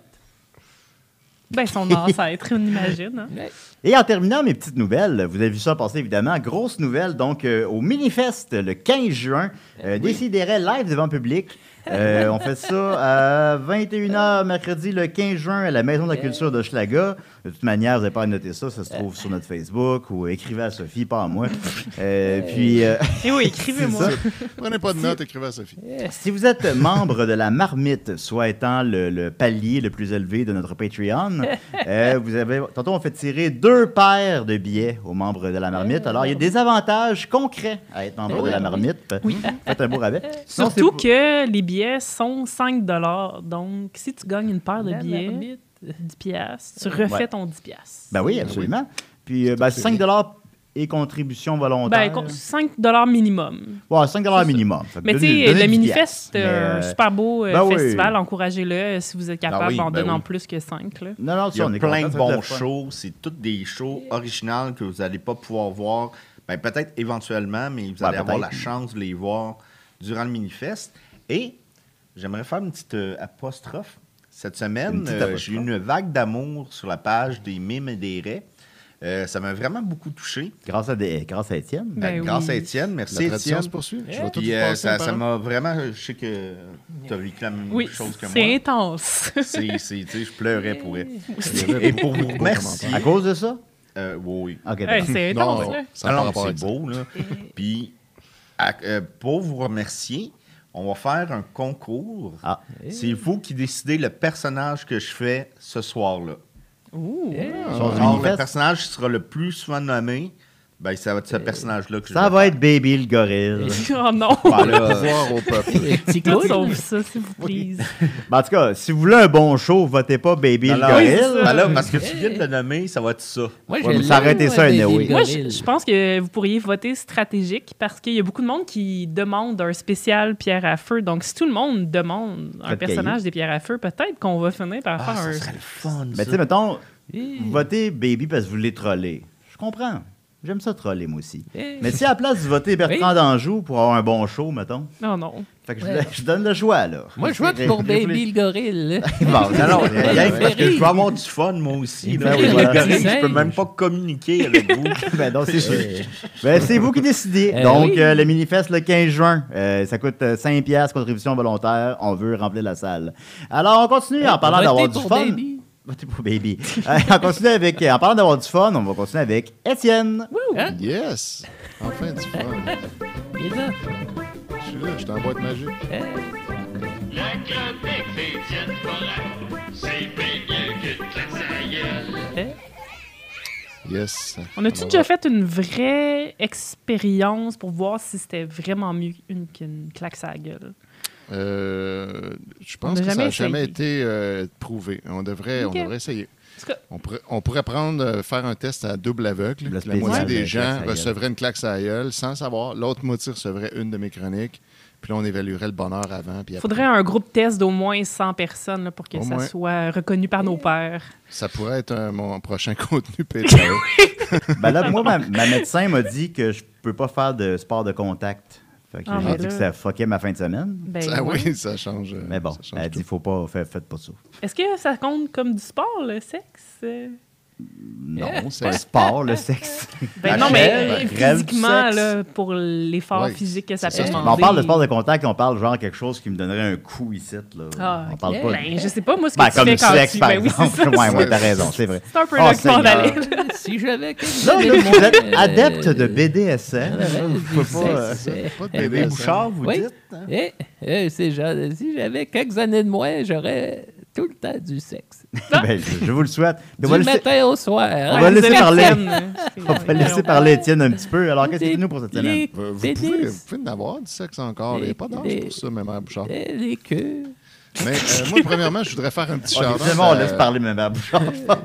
ben son ancêtre, on imagine. Hein? Ouais. Et en terminant mes petites nouvelles, vous avez vu ça passer évidemment, grosse nouvelle, donc euh, au Minifest le quinze juin, euh, Décideret live devant public. Euh, on fait ça à vingt et une heures mercredi le quinze juin à la Maison de la Culture de Hochelaga. De toute manière, vous n'avez pas à noter ça, ça se trouve sur notre Facebook ou écrivez à Sophie, pas à moi. Euh, puis, euh, Et oui, écrivez-moi. Prenez pas de notes, écrivez à Sophie. si vous êtes membre de la Marmite, soit étant le, le palier le plus élevé de notre Patreon, euh, vous avez, tantôt on fait tirer deux paires de billets aux membres de la Marmite. Alors, il y a des avantages concrets à être membre de la Marmite. Oui. Faites un beau rabais. Sinon, Surtout c'est- que les billets sont cinq dollars. Donc, si tu gagnes une paire de La billets, marmite. dix piastres, tu refais Ouais. ton dix piastres. Ben oui, absolument. Puis, euh, ben, cinq dollars et contribution Ben, volontaire. con- cinq dollars minimum. Ouais, cinq dollars minimum. Fait que Mais tu donnez- sais, donnez le dix Minifest, piastres. c'est Mais, un euh, super beau euh, ben oui. festival. Encouragez-le. Si vous êtes capable, oui, en ben donnant oui. plus que cinq. Là. Non, non, Il y ça, a on est plein content, de ça va être bons le fun. shows. C'est toutes des shows originales que vous n'allez pas pouvoir voir. Ben, peut-être éventuellement, mais vous Ouais, allez avoir la peut-être. chance de les voir durant le Minifest. Et j'aimerais faire une petite euh, apostrophe. Cette Une semaine, petite euh, apostrophe. j'ai eu une vague d'amour sur la page des mimes et des raies. Euh, ça m'a vraiment beaucoup touché. Grâce à, des, grâce à Étienne. Ben Euh, grâce oui. à Étienne. Merci, La tradition Étienne. se poursuit. Je vais tout Puis, vous euh, passer ça un ça par un. m'a vraiment. Je sais que tu as vécu la même Oui, chose que moi. c'est intense. C'est, c'est, tu sais, je pleurais pour elle. Il y avait Et pour vous beaucoup de remercier. À cause de ça? Euh, oui, oui. OK, Hey, d'accord. c'est Non, intense, là. ça n'a Ah pas non, rapport avec c'est ça. beau, là. Puis, à- euh, pour vous remercier, on va faire un concours. Ah. C'est vous qui décidez le personnage que je fais ce soir-là. Ouh. Sur du Alors, le Minifest, personnage qui sera le plus souvent nommé, ben, ça va être ce personnage-là que je ça vais va être Baby le gorille. Oh non! faire. Ben, là, Voir au peuple. Les petits Tout clowns. sauf ça, s'il vous plaît. Ben, en tout cas, si vous voulez un bon show, votez pas Baby non, le non, gorille. Oui, c'est ça. ben là, parce que tu viens de le nommer, ça va être ça. Moi, Ouais, je mais l'aime, ça aurait été moi, ça, Baby anyway. le Moi, gorille. je, je pense que vous pourriez voter stratégique parce qu'il y a beaucoup de monde qui demande un spécial pierre à feu. Donc, si tout le monde demande un Faites personnage cahier. des pierres à feu, peut-être qu'on va finir par Ah, faire ça un. serait le fun, Ben, ça. tu sais, mettons, Eh, vous votez Baby parce que vous voulez troller. Je comprends. J'aime ça troller, moi aussi. eh. Mais si à la place, vous votez Bertrand Oui. d'Anjou pour avoir un bon show, mettons. Non, non. Fait que je, Ouais. je donne le choix, là. Moi, je vote pour Baby le gorille. Bon, Non, non, ouais, rien que parce que je Ferry. veux avoir du fun, moi aussi. Ben Là. oui, Le voilà. gorille, je peux Singe. même pas communiquer avec vous. Ben non, c'est sûr. Ben, c'est vous qui décidez. Eh Donc, oui. euh, le Minifest le quinze juin, euh, ça coûte euh, cinq piastres, contribution volontaire. On veut remplir la salle. Alors, on continue en parlant Votez d'avoir du pour fun. Baby. Votez pour Baby. Euh, on continue avec, euh, en parlant d'avoir du fun, on va continuer avec Étienne. Hein? Yes! Enfin du fun. Il est là. Je suis là, je suis en boîte magique. Eh. La chronique d'Étienne Forêt, c'est bien mieux que de Yes. On a-tu Alors, déjà fait une vraie expérience pour voir si c'était vraiment mieux une- qu'une claque à la gueule? Euh, je On pense n'a que ça jamais n'a jamais essayé. été euh, prouvé. On devrait, Ok. on devrait essayer. En tout cas, On pourrait, on pourrait prendre, euh, faire un test à double aveugle. Le La spécial moitié de des claque gens à la gueule. recevraient une claque à la gueule sans savoir. L'autre moitié recevrait une de mes chroniques. Puis là, on évaluerait le bonheur avant. Puis il après. faudrait un groupe test d'au moins cent personnes là, pour que Au ça moins. soit reconnu par nos pairs. Ça pourrait être un- mon prochain contenu Patreon. Ben là, moi, ma, ma médecin m'a dit que je peux pas faire de sport de contact. Fait que Ah, j'ai mais dit là- que ça fuckait ma fin de semaine. Ben, Ah ouais. oui, ça change. euh, Mais bon, ça change elle tout. dit faut pas, fait- faites pas ça. Est-ce que ça compte comme du sport, le sexe? Euh, Non, c'est pas un sport, le sexe. Ben La non, crève, mais la euh, crève du physiquement, sexe. là, pour l'effort Ouais, physique que ça c'est peut ça. Mais on demander. parle de sport de contact, on parle genre quelque chose qui me donnerait un coup ici. Là. Ah, on parle ok. pas de... Ben, je sais pas, moi, ce que Ben, tu comme fais du quand sexe, tu... par Ben oui, c'est exemple. ça. Ouais, ouais, t'as raison, c'est vrai. C'est un peu Oh, là que tu m'en Seigneur. allais. Si j'avais quelques Là, années là, de vous moins, êtes euh, adepte de B D S M. euh, Vous du pouvez pas, euh, sexe, euh, Pas de Bébé B D S M. Bouchard, vous Oui. dites? hein? Eh, eh, c'est genre, si j'avais quelques années de moins, j'aurais tout le temps du sexe. Ben, je, je vous le souhaite. Du On va laisser, matin au soir. on va Ouais, laisser c'est parler. Étienne. on va laisser parler Étienne un petit peu. Alors, qu'est-ce que Des- c'est nous pour cette semaine? les Vous, vous pénis, pouvez, vous pouvez en avoir du sexe encore. Il n'y a pas d'âge Les- pour ça, même à Bouchard. eh, les queues. Mais euh, moi, premièrement, je voudrais faire un petit Oh, shout-out évidemment, on à- laisse parler même à Bouchard.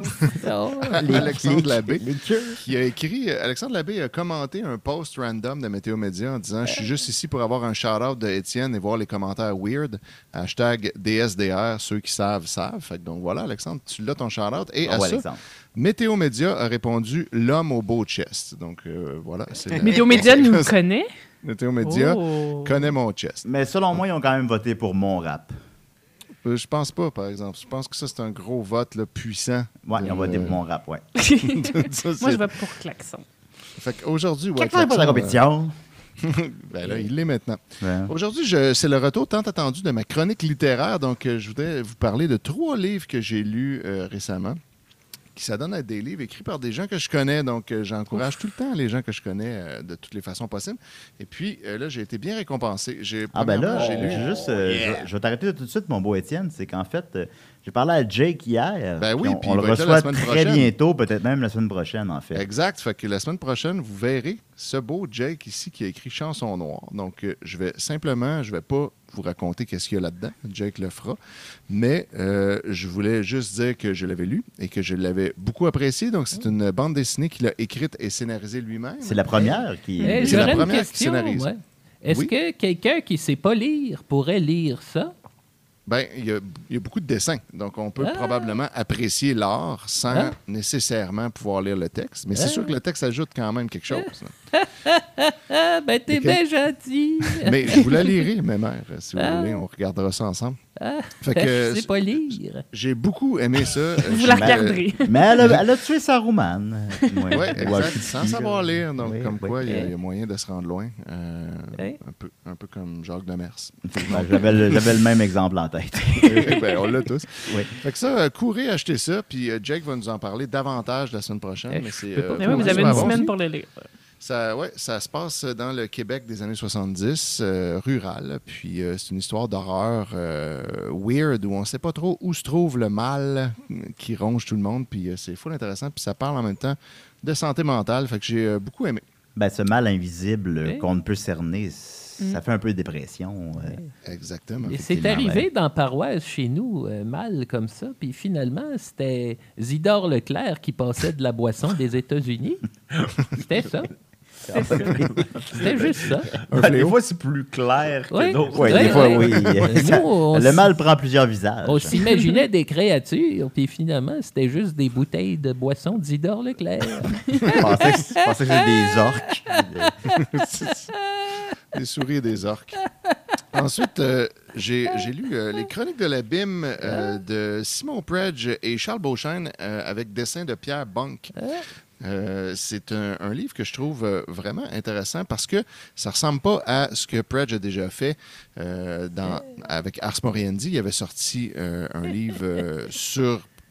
Non. Alexandre Labbé, Les queues. qui a écrit, euh, Alexandre Labbé a commenté un post random de Météo Média en disant « Je suis juste ici pour avoir un shout-out de Étienne et voir les commentaires weird. Hashtag D S D R, ceux qui savent, savent. » Fait que donc voilà, Alexandre, tu l'as ton shout-out. Et Ah à ouais, ça, Alexandre. Météo Média a répondu « L'homme au beau chest ». Donc euh, voilà. c'est la- Météo Média nous connaît. Météo Média Oh. connaît mon chest. Mais selon moi, ils ont quand même voté pour mon rap. Euh, Je pense pas, par exemple. Je pense que ça, c'est un gros vote là, puissant. Ouais, ils ont voté Euh, pour mon rap, ouais. Ça, Moi, c'est- je vais pour Klaxon. Fait qu'aujourd'hui, ouais, Quelqu'un pour la Klaxon, compétition. euh, ben là, il l'est maintenant. Ouais. Aujourd'hui, je- c'est le retour tant attendu de ma chronique littéraire. Donc, euh, je voudrais vous parler de trois livres que j'ai lus euh, récemment. Qui s'adonnent à être des livres écrits par des gens que je connais. Donc, euh, j'encourage tout le temps les gens que je connais euh, de toutes les façons possibles. Et puis, euh, là, j'ai été bien récompensé. J'ai, Ah ben là, premièrement, j'ai lu. j'ai juste, euh, je, je vais t'arrêter tout de suite, mon beau Étienne. C'est qu'en fait, euh, j'ai parlé à Jake hier. Ben oui, puis on, puis on il le va être là reçoit la semaine très prochaine. bientôt, peut-être même la semaine prochaine, en fait. Exact. Fait que la semaine prochaine, vous verrez ce beau Jake ici qui a écrit Chanson Noire. Donc, euh, je vais simplement, je vais pas vous raconter qu'est-ce qu'il y a là-dedans. Jake le fera. Mais euh, je voulais juste dire que je l'avais lu et que je l'avais beaucoup apprécié. Donc, c'est une bande dessinée qu'il a écrite et scénarisée lui-même. C'est la première qui... Eh, C'est la J'aurais une première qui question. scénarise. ouais. Est-ce Oui. que quelqu'un qui ne sait pas lire pourrait lire ça? Ben, il y, a, il y a beaucoup de dessins. Donc, on peut Ah. probablement apprécier l'art sans Ah. nécessairement pouvoir lire le texte. Mais c'est Ah. sûr que le texte ajoute quand même quelque chose. Ah, ben t'es Ok. bien gentil. Mais je vous la lirai, mes mères, si vous Ah. voulez. On regardera ça ensemble. Ah, Fait que, je sais pas lire. j'ai beaucoup aimé ça. Euh, Vous je- la euh, regarderez. Mais elle a, elle a tué sa roumane. Ouais, Oui, exact. Ouais, Sans puis- savoir lire. Donc, Oui, comme oui. quoi, il y, a- il y a moyen de se rendre loin. Euh, Oui. un, peu, un peu comme Jacques Demers. Ben, j'avais, le, j'avais le même exemple en tête. ben, on l'a tous. Oui. Fait que ça, euh, courez acheter ça. Puis euh, Jake va nous en parler davantage la semaine prochaine. Eh, mais je c'est, peux pas- euh, Mais oui, vous avez super une bon. semaine pour le lire. Ça, ouais, ça se passe dans le Québec des années soixante-dix, euh, rural. Puis euh, c'est une histoire d'horreur euh, weird où on ne sait pas trop où se trouve le mal qui ronge tout le monde. Puis euh, c'est full intéressant. Puis ça parle en même temps de santé mentale. Fait que j'ai euh, beaucoup aimé. Ben, ce mal invisible euh, Oui. qu'on ne peut cerner, ça Mm. fait un peu de dépression. euh. Exactement. Et c'est Effectivement, arrivé ouais. dans la paroisse chez nous, euh, mal comme ça. Puis finalement, c'était Zidore Leclerc qui passait de la boisson des États-Unis. C'était ça. C'était juste ça. Ben, des fois, c'est plus clair que Oui. d'autres. Oui, Ouais, des fois, ouais. oui. Euh, Ça- nous, on le s- mal prend plusieurs visages. On s'imaginait des créatures, puis finalement, c'était juste des bouteilles de boisson d'Isidore Leclerc. Je pensais que, je pensais que c'était des orques. Des souris et des orques. Ensuite, euh, j'ai j'ai lu euh, Les Chroniques de l'Abîme euh, de Simon Predge et Charles Beauchesne euh, avec dessin de Pierre Bunk. Euh, c'est un, un livre que je trouve euh, vraiment intéressant parce que ça ressemble pas à ce que Predge a déjà fait euh, dans, avec Ars Moriendi. Il avait sorti euh, un livre euh, sur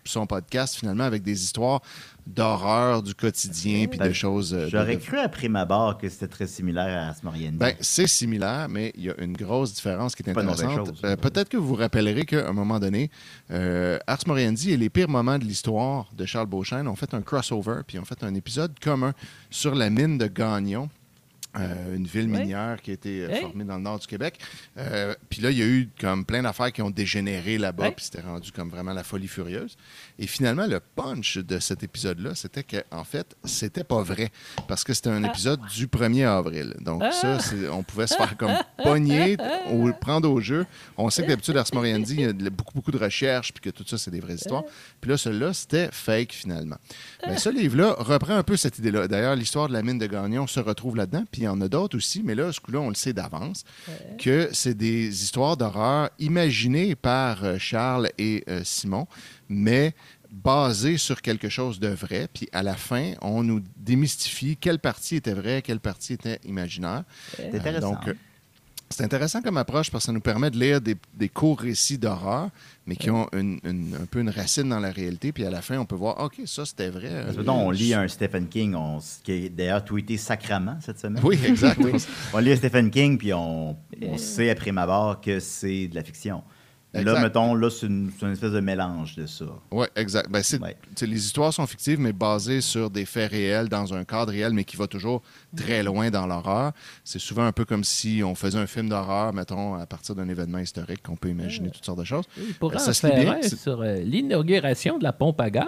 son podcast, finalement, avec des histoires d'horreur du quotidien puis Ben, de choses... euh, J'aurais de- cru à prime abord que c'était très similaire à Ars Moriendi. Ben, c'est similaire, mais il y a une grosse différence qui est Pas une mauvaise intéressante. chose. Euh, Peut-être que vous vous rappellerez qu'à un moment donné, euh, Ars Moriendi et les pires moments de l'histoire de Charles Beauchesne ont fait un crossover, puis ont fait un épisode commun sur la mine de Gagnon. Euh, une ville Ouais. minière qui a été euh, Hey. formée dans le nord du Québec. Euh, puis là, il y a eu comme plein d'affaires qui ont dégénéré là-bas, Ouais. puis c'était rendu comme vraiment la folie furieuse. Et finalement, le punch de cet épisode-là, c'était qu'en fait, c'était pas vrai, parce que c'était un épisode du premier avril. Donc ça, c'est- on pouvait se faire comme pogner, ou prendre au jeu. On sait que d'habitude, Ars Moriendi, il y a de- beaucoup, beaucoup de recherches, puis que tout ça, c'est des vraies histoires. Puis là, celui-là, c'était fake, finalement. Mais ce livre-là reprend un peu cette idée-là. D'ailleurs, l'histoire de la mine de Gagnon se retrouve là-dedans, puis il y en a d'autres aussi, mais là, ce coup-là, on le sait d'avance, que c'est des histoires d'horreur imaginées par euh, Charles et euh, Simon, mais basées sur quelque chose de vrai. Puis à la fin, on nous démystifie quelle partie était vraie, quelle partie était imaginaire. C'est intéressant. Donc, euh, c'est intéressant comme approche parce que ça nous permet de lire des, des courts récits d'horreur, mais qui ont une- une- un peu une racine dans la réalité. Puis à la fin, on peut voir, OK, ça, c'était vrai. Parce que, Euh, mettons, on lit un Stephen King, on, qui est d'ailleurs tweeté sacrament cette semaine. Oui, exact. On lit un Stephen King, puis on, on sait à prime abord que c'est de la fiction. Là, Exact. mettons, là, c'est une, c'est une espèce de mélange de ça. Oui, exact. Ben, c'est, Ouais. tu sais, les histoires sont fictives, mais basées sur des faits réels, dans un cadre réel, mais qui va toujours très loin dans l'horreur. C'est souvent un peu comme si on faisait un film d'horreur, mettons, à partir d'un événement historique, qu'on peut imaginer toutes sortes de choses. Il pourrait Euh, ça en se lit faire bien, un c'est- sur euh, l'inauguration de la pompe à gaz.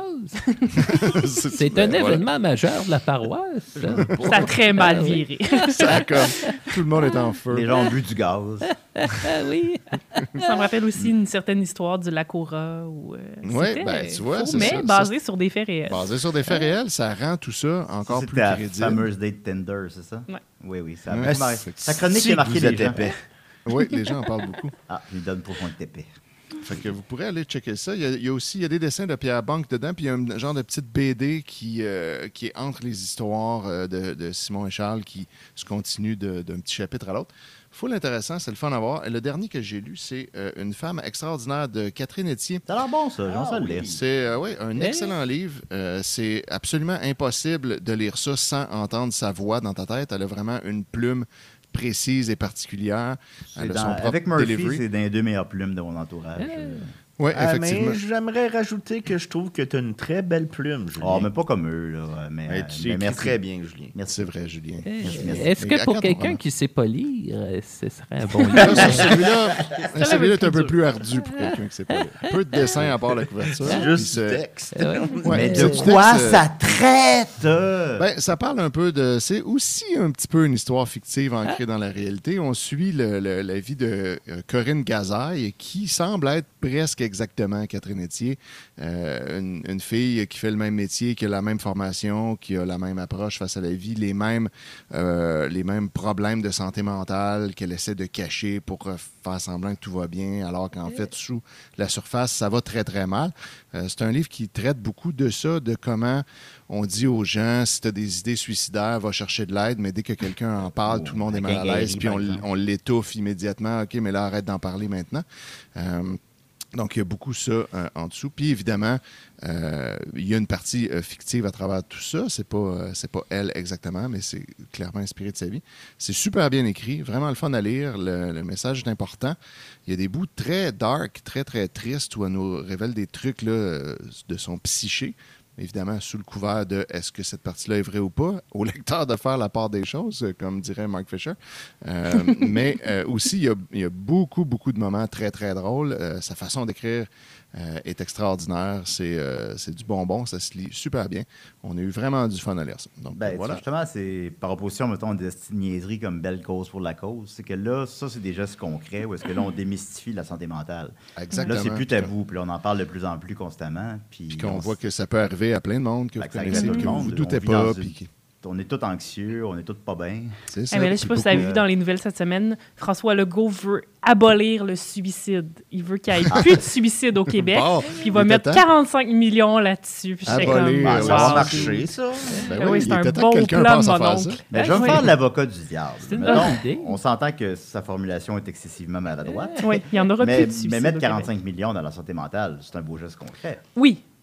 c'est C'est un ben, voilà. événement majeur de la paroisse. ça. Ça a très mal Ah oui. viré. Ça a comme, tout le monde est en feu. Les gens ont bu du gaz. Ah oui. Ça me rappelle aussi une certaine histoire du Lacora. Où, euh, Ouais, c'était ben, tu vois, faux, c'est mais ça. basé sur des faits réels. Basé sur des faits réels, ça rend tout ça encore C'est plus ta crédible. fameuse date Tinder, c'est ça? Ouais. Oui, oui. Ça a Ouais, beaucoup marqué. c'est- Ta chronique Si qui a marqué vous les êtes gens. épais. Oui, les gens en parlent beaucoup. Ah, je lui donne pour point épais. Fait que vous pourrez aller checker ça. Il y a, il y a aussi il y a des dessins de Pierre Banque dedans, puis il y a un genre de petite B D qui, euh, qui est entre les histoires euh, de, de Simon et Charles qui se continue de- d'un petit chapitre à l'autre. Full intéressant, c'est le fun à voir. Et le dernier que j'ai lu, c'est euh, Une femme extraordinaire de Catherine Etier. Ça a l'air bon, ça. J'aime ça le lire. C'est euh, ouais, un Eh? excellent livre. Euh, c'est absolument impossible de lire ça sans entendre sa voix dans ta tête. Elle a vraiment une plume précise et particulière. C'est Elle a dans- son propre avec Murphy, delivery. c'est dans les deux meilleures plumes de mon entourage. Euh, Oui, Ah, effectivement. mais j'aimerais rajouter que je trouve que tu as une très belle plume, Julien. Oh, mais pas comme eux, là. Mais, Mais euh, tu mais écris merci. très bien, Julien. Merci. C'est vrai, Julien. euh, merci. Est-ce Mais que à pour quand on quelqu'un vraiment? qui ne sait pas lire, euh, ce serait un bon Là, livre? sur celui-là, va celui-là être est un peu dur. plus ardu pour quelqu'un qui sait pas lire. Peu de dessin à part la couverture. C'est Puis juste c'est- du texte. Euh, ouais. Ouais, Mais c'est de du quoi texte, euh, ça traite? euh? Ben, ça parle un peu de... C'est aussi un petit peu une histoire fictive ancrée dans la réalité. On suit le- le- la vie de euh, Corinne Gazaille, qui semble être presque exactement Catherine Etier. Euh, une, une fille qui fait le même métier, qui a la même formation, qui a la même approche face à la vie, les mêmes, euh, les mêmes problèmes de santé mentale qu'elle essaie de cacher pour euh, faire semblant que tout va bien, alors qu'en fait, sous la surface, ça va très, très mal. Euh, c'est un livre qui traite beaucoup de ça, de comment on dit aux gens, si tu as des idées suicidaires, va chercher de l'aide, mais dès que quelqu'un en parle, Oh, tout le monde est la mal à l'aise, quincaillerie, puis par on, l- exemple. on l'étouffe immédiatement. OK, mais là, arrête d'en parler maintenant. Euh, donc, il y a beaucoup ça euh, en dessous. Puis, évidemment, euh, il y a une partie euh, fictive à travers tout ça. C'est pas, euh, c'est pas elle exactement, mais c'est clairement inspiré de sa vie. C'est super bien écrit, vraiment le fun à lire. Le, le message est important. Il y a des bouts très dark, très, très tristes où elle nous révèle des trucs là, euh, de son psyché. Évidemment, sous le couvert de est-ce que cette partie-là est vraie ou pas, au lecteur de faire la part des choses, euh, comme dirait Mark Fisher. Euh, mais euh, aussi, il y, a, il y a beaucoup, beaucoup de moments très, très drôles. Euh, sa façon d'écrire euh, est extraordinaire. C'est, euh, c'est du bonbon, ça se lit super bien. On a eu vraiment du fun à lire ça. Donc, Ben, voilà. justement, c'est par opposition, mettons, des petites niaiseries comme Belle cause pour la cause. C'est que là, ça, c'est des gestes concrets où est-ce que là, on démystifie la santé mentale. Exactement. Là, c'est plus tabou. Puis là, on en parle de plus en plus constamment. Puis, Puis qu'on on voit que ça peut arriver à plein de monde que Fait vous que ça connaissez, arrive à que tout le vous monde. vous On doutez vit dans pas. une- Puis qui- on est tous anxieux, on est tous pas bien. c'est Eh, ça. mais là, je sais pas si vous avez beaucoup, vu euh, dans les nouvelles cette semaine, François Legault veut abolir le suicide. Il veut qu'il n'y ait plus de suicide au Québec. Bon, Puis il va il mettre était temps. quarante-cinq millions là-dessus. Puis j'étais Abolir, comme, Ben, euh, ça va wow. marcher, ça. Ben Ben oui, il c'est un était temps bon que quelqu'un plan de pense à mon faire ça. oncle. Mais je vais me Oui. faire l'avocat du diable. C'est une Mettons, bonne idée. on s'entend que sa formulation est excessivement maladroite. Oui, il n'y en aura Mais, plus de suicide mais au mettre Québec. quarante-cinq millions dans la santé mentale, c'est un beau geste concret. Oui,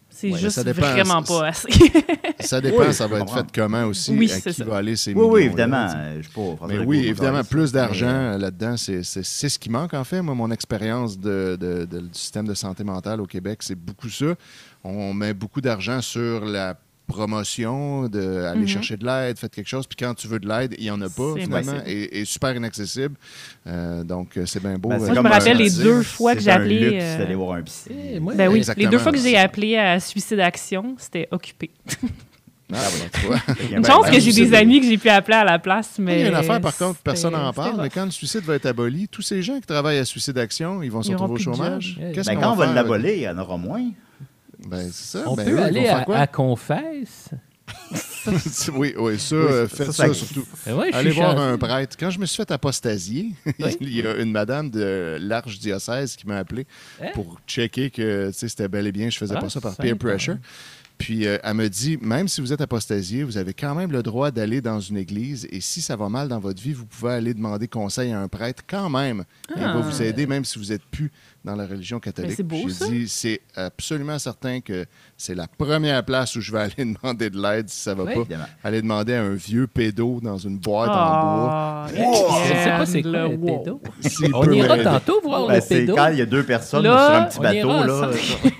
C'est Ouais, juste ça dépend, vraiment c'est- pas assez. Ça dépend, Oui, ça je va être comprends. fait comment aussi, Oui, à c'est qui ça. va aller ces Oui, millions. oui, évidemment. euh, Je suis pas François Mais Legault, oui, je évidemment, pense. plus Mais, d'argent euh, là-dedans, c'est c'est- c'est ce qui manque en fait. Moi, mon expérience de, de- de- du système de santé mentale au Québec, c'est beaucoup ça. On met beaucoup d'argent sur la promotion, de aller Mhm. chercher de l'aide, faites quelque chose, puis quand tu veux de l'aide, il n'y en a pas C'est finalement, impossible. et, et super inaccessible. Euh, donc, euh, c'est bien beau. Ben, euh, c'est Moi, je comme me rappelle un- les c'est- deux fois que c'est j'ai un appelé, luxe euh, d'aller voir un psy. Eh, moi, Ben oui, Exactement. les deux fois que j'ai appelé à Suicide Action, c'était occupé. Ah, voilà, tu vois. Il y a Une ben- chance ben, que j'ai suicide. des amis que j'ai pu appeler à la place, mais... Il y a une affaire, par contre, personne c'était- n'en c'était parle, mais rough. quand le suicide va être aboli, tous ces gens qui travaillent à Suicide Action, ils vont se Ils retrouver au auront plus de chômage. job. Qu'est-ce Ben, qu'on quand on va faire? l'abolir, il y en aura moins. Ben, c'est ça. On Ben, peut eux, ils aller vont faire à, quoi? à Confesse. oui, oui, ça, Oui, euh, ça, faites ça, ça, ça- surtout. Ben ouais, je Allez suis voir chanceux. un prêtre. Quand je me suis fait apostasier, Oui. il y a une madame de l'archidiocèse qui m'a appelé Hein? pour checker que tu sais, c'était bel et bien, je faisais Ah, pas ça par c'est peer sympa. pressure. Puis euh, elle me dit, même si vous êtes apostasié, vous avez quand même le droit d'aller dans une église et si ça va mal dans votre vie, vous pouvez aller demander conseil à un prêtre quand même. Il va Ah. vous aider même si vous n'êtes plus dans la religion catholique. Mais c'est beau, J'ai ça. dit, c'est absolument certain que c'est la première place où je vais aller demander de l'aide si ça va Oui. pas. Évidemment. Aller demander à un vieux pédo dans une boîte en bois. Ah, Je sais pas c'est Ken, quoi là, le wow. pédo. S'il On peut ira m'aider. tantôt voir Ben, le c'est pédo. quand il y a deux personnes Là, sur un petit on bateau. ira Là,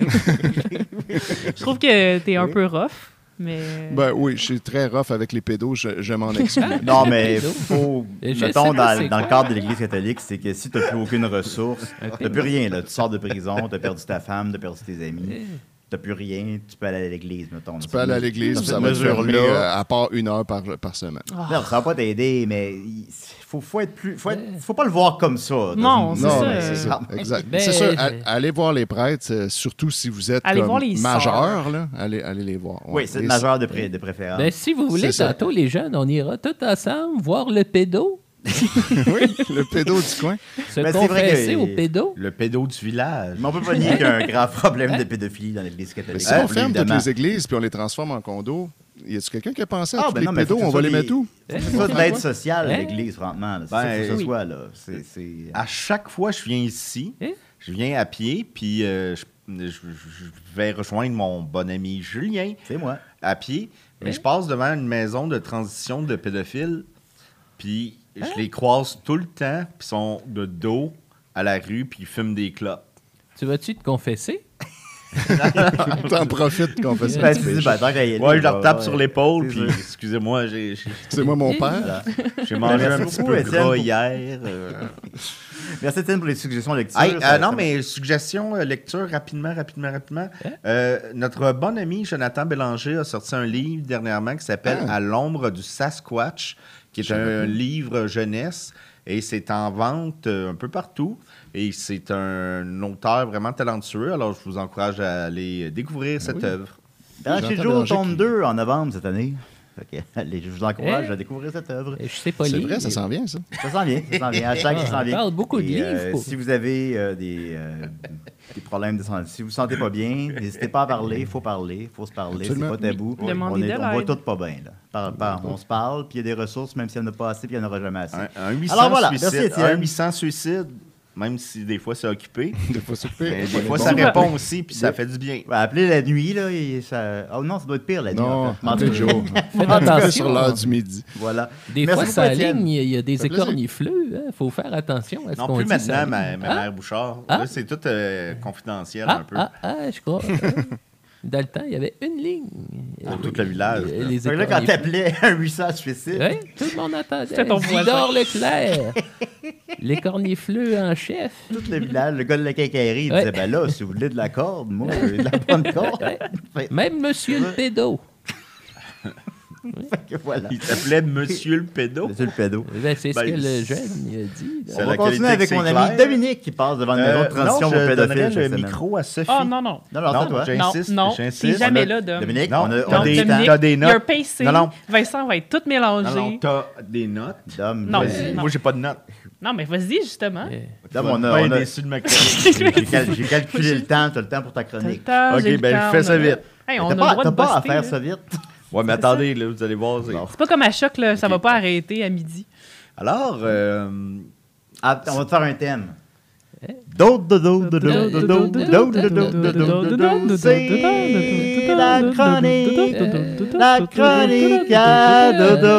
Je trouve que t'es un peu rough, mais... Ben oui, je suis très rough avec les pédos, je, je m'en excuse. non, mais Pédo. faut. Et je sais Mettons, pas dans, c'est dans le quoi. cadre de l'Église catholique, c'est que si tu n'as plus aucune ressource, tu n'as plus rien. Là. Tu sors de prison, tu as perdu ta femme, tu as perdu tes amis, tu n'as plus rien, tu peux aller à l'Église, mettons. Tu peux aller à l'église, Dans puis ça cette va te fermer mesure-là. euh, à part une heure par, par semaine. Ah. Non, ça va pas t'aider, mais il faut, faut être plus. Faut, être- faut pas le voir comme ça. dans Non, une- c'est Non, ça. mais c'est ça. Exact. Ben, c'est sûr, je- a- allez voir les prêtres, euh, surtout si vous êtes Allez comme voir les majeur, là, allez, allez les voir. Oui, Ouais. c'est Les- majeur de, pré- de préférence. Ben, si vous voulez, C'est ça. tantôt, les jeunes, on ira tous ensemble voir le pédo, Oui, le pédo du coin. se Ben, c'est vrai confesser que- au pédo. Le pédo du village. Mais on peut pas nier qu'il y a un grand problème de pédophilie dans l'Église Mais catholique. si on ferme toutes évidemment. les églises puis on les transforme en condos, y a-tu quelqu'un qui a pensé à Ah, tous ben les non, mais pédos? faut que On ce va soit les des- mettre où? C'est ça de l'aide sociale, Hein? l'Église, franchement. là. C'est Ben, ça qu'il faut que oui. ce soit, là. C'est... c'est- À chaque fois que je viens ici, Hein? je viens à pied, puis euh, je, je- je vais rejoindre mon bon ami Julien C'est moi. à pied. Mais Hein? je passe devant une maison de transition de pédophiles, puis Hein? je les croise tout le temps, puis ils sont de dos à la rue, puis ils fument des clopes. Tu vas-tu te confesser? T'en profites qu'on fait ça. Ben, tu dis, ben, tant qu'à y aller, Ouais, je leur va- tape ouais. sur l'épaule, C'est puis ça. excusez-moi, j'ai j'ai- C'est moi mon père. Voilà. j'ai mangé merci un petit beaucoup, peu Étienne, gras pour- hier. euh. Merci, Étienne, pour les suggestions de lecture. Hey, Ça- euh, non, ça- mais suggestion, euh, lecture, rapidement, rapidement, rapidement. Hein? Euh, notre bon ami Jonathan Bélanger a sorti un livre dernièrement qui s'appelle Ah. À l'ombre du Sasquatch, qui est Je savais un pas. livre jeunesse. Et c'est en vente euh, un peu partout. Et c'est un auteur vraiment talentueux. Alors, je vous encourage à aller découvrir cette oui. œuvre. Dans chez J'entends Joe Bélanger tome qui- deux en novembre cette année. Fait que, allez, je vous encourage Hein? à découvrir cette œuvre. Je sais pas C'est lire. vrai, ça s'en vient, ça. Ça s'en vient, ça s'en vient. Hashtag, ça s'en Ah, on vient. parle beaucoup de Et, euh, livres, pour- si vous avez euh, des, euh, des problèmes de santé, si vous ne vous sentez pas bien, n'hésitez pas à parler. Il faut parler, il faut se parler. C'est Absolument. pas tabou. Demandez on, est, de on va l'aide. tout pas bien. Là. Par- par- on se parle, puis il y a des ressources, même s'il n'y en a pas assez, puis il n'y en aura jamais assez. Un, un huit cents Alors voilà, merci, suicides, Étienne. un huit cents suicides, même si des fois c'est occupé. Des fois, c'est pire. Mais Des des fois, bon. ça répond aussi, puis ça fait du bien. Ouais, appelez la nuit, là, et ça... Oh non, ça doit être pire la nuit. Non, en fait. Mais en appelez tout le cas, jour. Faites En tout cas, attention. sur l'heure du midi. Voilà. Des Merci fois, beaucoup, ça Étienne. ligne, il y a- il y a des Ça fait plaisir. écornifleux. Il faut faire attention à ce Non qu'on plus dit. maintenant, ça ma, ligne. ma Ah, mère Bouchard. Ah. Là, c'est tout euh, confidentiel ah, un peu. ah, ah, je crois. Ah. Dans le temps, il y avait une ligne. Pour tout le village, Les- là. les Fait que là, quand écornifleux. t'appelais un huit cents suicide, Ouais, tout le monde entendait. C'était ton voisin. Zidore Leclerc. Les cornifleux en chef. tout le village, le gars de la quincaillerie, il Ouais. disait, ben là, si vous voulez de la corde, moi, j'ai de la bonne corde. Ouais. Fait- Même Monsieur le pédo. fait que voilà. Il s'appelait Monsieur le pédo. Monsieur le pédo. Ben, c'est ce Ben, que le c'est- jeune il a dit. là. C'est On la va continuer qualité avec que mon c'est ami clair. Dominique qui passe devant une maison de Euh, transition non, pour je pédophiles. donnerais chaque le semaine. micro à Sophie. Ah, non, non. Non, non, Non, c'est toi. j'ai- Non, J'insiste, non, j'insiste. t'es jamais On a- là, Dom. Dominique, Non, on a, on t'as a des- des Dominique, t'as des il y a un notes. P C. Non, non. Vincent va être tout mélangé. Non, non, t'as des notes. Dom, Non. vas-y. Non. Moi, j'ai pas de notes. Non, mais vas-y, justement. Yeah. Dom, Tu vas on a, pas on être a- déçu de ma chronique. j'ai cal- j'ai calculé le temps, t'as le temps pour ta T'as le chronique. temps, Ok, j'ai le ben, temps, je fais on ça a- vite. Hey, on T'as a pas, le droit t'as de pas à buster, faire là. ça vite. Ouais, mais C'est attendez, là, vous allez voir. c'est- Bon. C'est pas comme à choc, là, ça Ok. va pas arrêter à midi. Alors, euh, Ah, on va te faire un thème. Do, do, do, do, do, do, do, do, do, do, do, do, do, do, c'est la chronique, la chronique à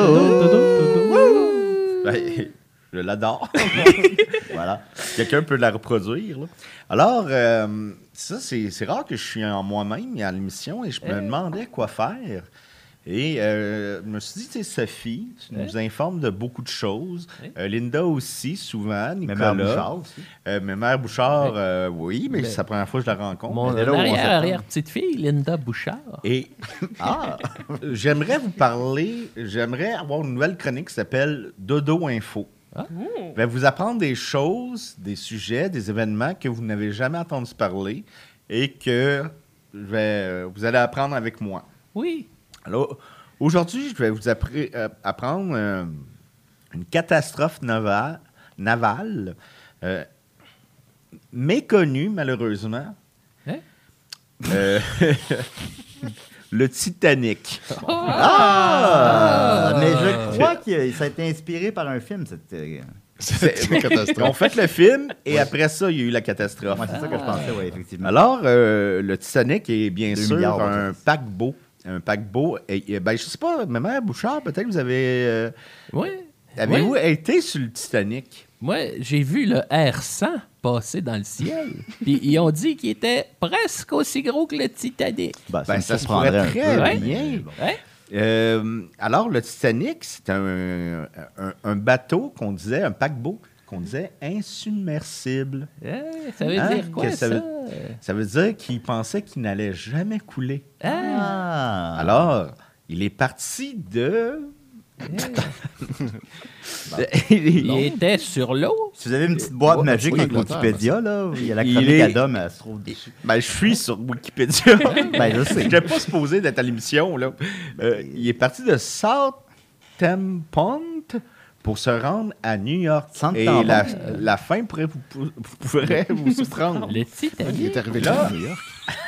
dodo. Ben, je l'adore. Voilà. Quelqu'un peut la reproduire. Là. Alors, euh, ça, c'est, c'est rare que je suis en moi-même à l'émission et je me demandais quoi faire. Et euh, je me suis dit, tu sais, Sophie, tu nous informes de beaucoup de choses. Euh, Linda aussi, souvent. Mais Nicolas. Mère Bouchard aussi. Euh, mais Mère Bouchard, Ouais. euh, oui, mais Mais- c'est la première fois que je la rencontre. Mon Elle est là au mois de septembre. arrière-arrière-petite-fille, Linda Bouchard. Et Ah! j'aimerais vous parler, j'aimerais avoir une nouvelle chronique qui s'appelle Dodo Info. Je vais vous apprendre des choses, des sujets, des événements que vous n'avez jamais entendu parler et que je vais, vous allez apprendre avec moi. Oui. Alors, aujourd'hui, je vais vous appré- euh, apprendre euh, une catastrophe nava- navale euh, méconnue, malheureusement. Hein? Euh, le Titanic. Ah! Mais je crois que ça a été inspiré par un film, cette. euh, C'est une Ils ont catastrophe. fait le film et après ça, il y a eu la catastrophe. Moi, c'est ça que je pensais, oui, effectivement. Alors, euh, le Titanic est bien Deux sûr milliards, on va un dire. paquebot. Un paquebot. Et, et, ben, je sais pas, ma mère Bouchard, peut-être vous avez. euh, Oui. avez-vous Oui. été sur le Titanic? Moi, j'ai vu le R cent passer dans le ciel. Puis ils ont dit qu'il était presque aussi gros que le Titanic. Ben, Ben, me ça se surprendrait pourrait un très peu, Ouais. bien. mais bon. Ouais. Euh, alors, le Titanic, c'est un, un, un bateau qu'on disait, un paquebot qu'on disait insubmersible. Ouais, ça veut Hein? dire quoi, Que ça ça? veut- Ça veut dire qu'il pensait qu'il n'allait jamais couler. Ah, Ah! Alors, il est parti de. il était sur l'eau. Si vous avez une petite boîte Ouais, magique oui, avec Angleterre, Wikipédia, là, il y a la Il chronique est- à Dom, elle se trouve dessus. Ben, je suis sur Wikipédia. Ben, je sais. Je n'étais pas supposé d'être à l'émission. Là. Euh, il est parti de Southampton pour se rendre à New York. Southampton. Et la, la fin pourrait vous, vous pourrait vous surprendre. Le Il Titanic. est arrivé Là- là, à New York.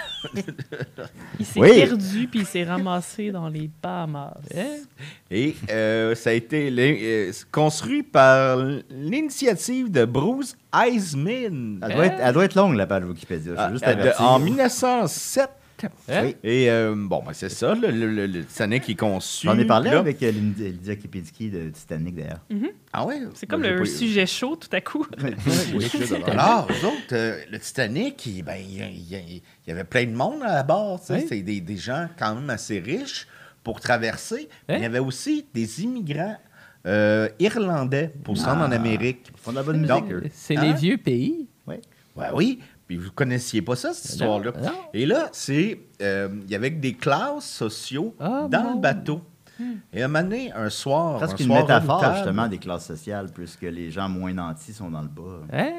Il s'est Oui. perdu puis il s'est ramassé dans les Bahamas. Et euh, ça a été l'in- euh, construit par l'initiative de Bruce Eisman. Elle doit, être, elle doit être longue, la page Wikipédia. Je Ah, veux juste de- avertir. en mille neuf cent sept. Hein? Oui. Et euh, bon, ben, c'est ça, le, le, le- le Titanic qui est conçu. J'en ai parlé là. avec euh, Lydia Lydia Kipinski de Titanic, d'ailleurs. Ah ouais? C'est comme Ben, j'ai le pas- sujet chaud tout à coup. Oui, je suis d'accord. Alors, eux autres, euh, le Titanic, il, ben, il, il- il y avait plein de monde à bord. tu sais. Oui. C'est des, des gens quand même assez riches pour traverser. Mais Hein? il y avait aussi des immigrants euh, irlandais pour se rendre en Amérique. Ils font de la bonne Donc, musique, eux. C'est Hein? les vieux pays. Oui. Ouais, oui. Puis vous connaissiez pas ça, cette histoire-là. non. Et là, c'est. euh, il y avait des classes sociaux Ah, dans bon. le bateau. Et à un moment donné, un soir. Presque un une soir métaphore, redoutable, justement, des classes sociales, puisque les gens moins nantis sont dans le bas. Hein?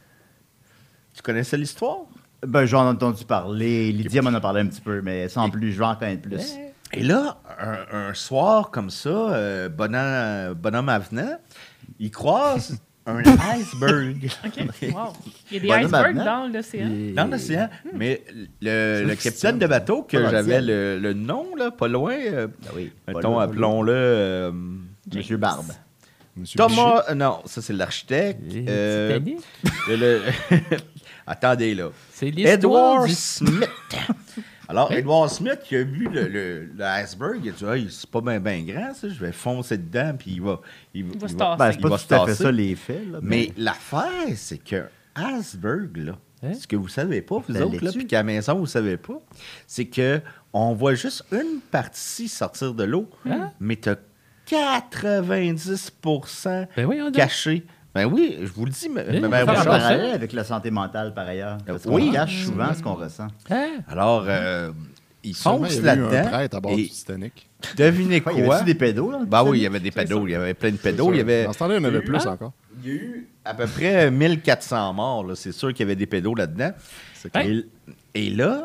Tu connaissais l'histoire? Ben, j'en ai entendu parler. Lydia m'en a parlé un petit peu, mais sans plus, je vais en connaître plus. Et là, un, un soir comme ça, euh, bonhomme, bonhomme avenant, il croise un iceberg OK. Wow. Il y a des Bonhomme icebergs avenant. dans l'océan. dans l'océan. Mais le, le capitaine de bateau, que Pas dans le j'avais ciel. le, le nom, là, pas loin, euh, Ben oui. mettons, Pas là, appelons-le euh, Monsieur Barbe. Monsieur Thomas. euh, non, ça c'est l'architecte. Le Euh, Titanic. le- le- Attendez là. C'est l'histoire Edward du- Smith. Alors, Edward Smith, qui a vu le, le, le iceberg, il a dit hey, c'est pas bien ben grand, ça, je vais foncer dedans, puis il va. Il, Il va se va- tasser. Ben, c'est il pas va tout se à fait tasser. ça, les faits. Là, Mais l'affaire, c'est que iceberg, là, Hein? ce que vous savez pas, vous Ben, autres, là, là-dessus. puis qu'à la maison, vous savez pas, c'est que on voit juste une partie sortir de l'eau, Hein? mais tu as quatre-vingt-dix pour cent Ben oui, on caché. Ben oui, je vous le dis, ma, Eh, ma mère faire en un Bouchard. parallèle avec la santé mentale, par ailleurs. Parce qu'on Oui. cache souvent ce qu'on ressent. Hein? Alors, euh, ils Sûrement, foncent il y avait eu un là-dedans. prêtre à bord et du Titanic. devinez Ouais, quoi? y avait-tu des pédos, là? Ben oui, il y Titanic? avait des pédos, il y avait plein de C'est pédos. sûr. Il y avait, Dans ce temps-là, il y en avait plus Ah. encore. il y a eu à peu près mille quatre cents morts. là. C'est sûr qu'il y avait des pédos là-dedans. C'est clair. Et, et là,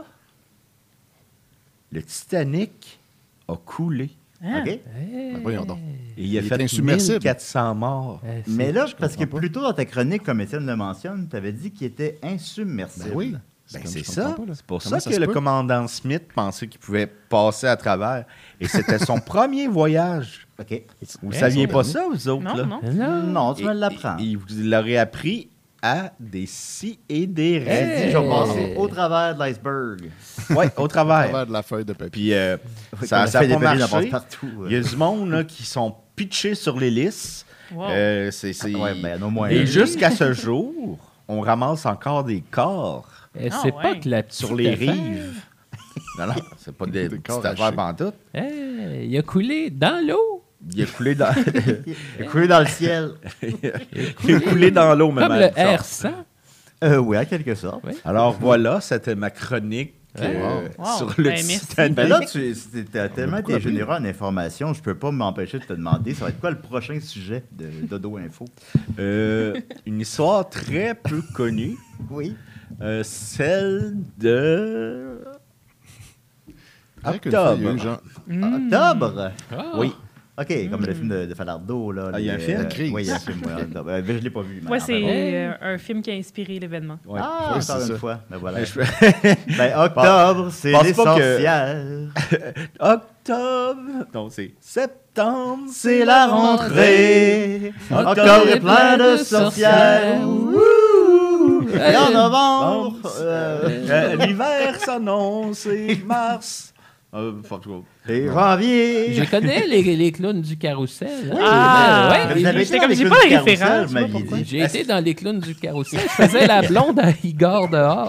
le Titanic a coulé. Hein? OK. Ben, voyons donc. Et il a Il fait est insubmersible. mille quatre cents morts. Euh, c'est- Mais là, je parce que comprends pas. plus tôt dans ta chronique, comme Étienne le mentionne, tu avais dit qu'il était insubmersible. Ben oui. Ben, comme c'est je ça. comprends pas, là. C'est pour Comment ça que se le peut? commandant Smith pensait qu'il pouvait passer à travers. Et c'était son premier voyage. OK. Vous Hein, saviez son pas dernier. ça, vous autres? Non, là? non. Non. Non, tu me Et- l'apprends. et- et vous l'aurez appris à des si et des J'ai raies. dit, je vais passer au travers de l'iceberg. Ouais, au À travers. travers de la feuille de papier. Puis euh, Quand ça la n'a feuille pas de papier, ça marché. passe partout. Il y a du monde là, qui sont pitchés sur l'hélice. Wow. Euh, c'est, c'est... Ouais, ben, au moins. Et un. jusqu'à ce jour, on ramasse encore des corps Eh, Ah, c'est ouais. pas que la petite sur les affaire. rives. Non, non, c'est pas des, Des petites corps affaires hachés. pantoute. Eh, il a coulé dans l'eau. Il a coulé dans, Il est coulé dans le ciel. il a coulé dans l'eau, même. Comme à le une sorte. R cent. Euh, oui, en quelque sorte. Oui. Alors voilà, c'était ma chronique euh, Wow. sur Wow. le Ben, merci. Titanic. Ben là, tu as tellement beaucoup été appris. généreux en information, je peux pas m'empêcher de te demander, ça va être quoi le prochain sujet de Dodo Info? Euh, une histoire très peu connue, Oui. euh, celle de Avec une feuille, octobre. genre. Mm. Octobre? Ah. Oui. OK, comme le film de, de Falardeau. Là, Ah, il y a un les, film? euh, La crise. Oui, il y a un film. Ouais, octobre. Euh, je l'ai pas vu. mais Ouais, enfin, c'est bon. euh, un film qui a inspiré l'événement. Ouais. Ah, Ouais, encore c'est une ça. fois. Ben voilà. Ben, je- Ben, octobre, c'est pense les pas que- sorcières. Octobre. Non, c'est septembre. C'est la rentrée. Octobre est plein de sorcières. Wouhou. Et en novembre, Bon, euh, euh, l'hiver s'annonce et mars. Euh, fuck, fuck. et janvier. Je connais les, les clowns du carrousel. hein. Ah, Ouais, Mais ouais. vous avez J'étais été comme, dans j'ai les pas clowns la du référence. carrousel, je sais pas vous m'aviez pourquoi. dit. J'ai été dans les clowns du carrousel. Je faisais la blonde à Igor dehors.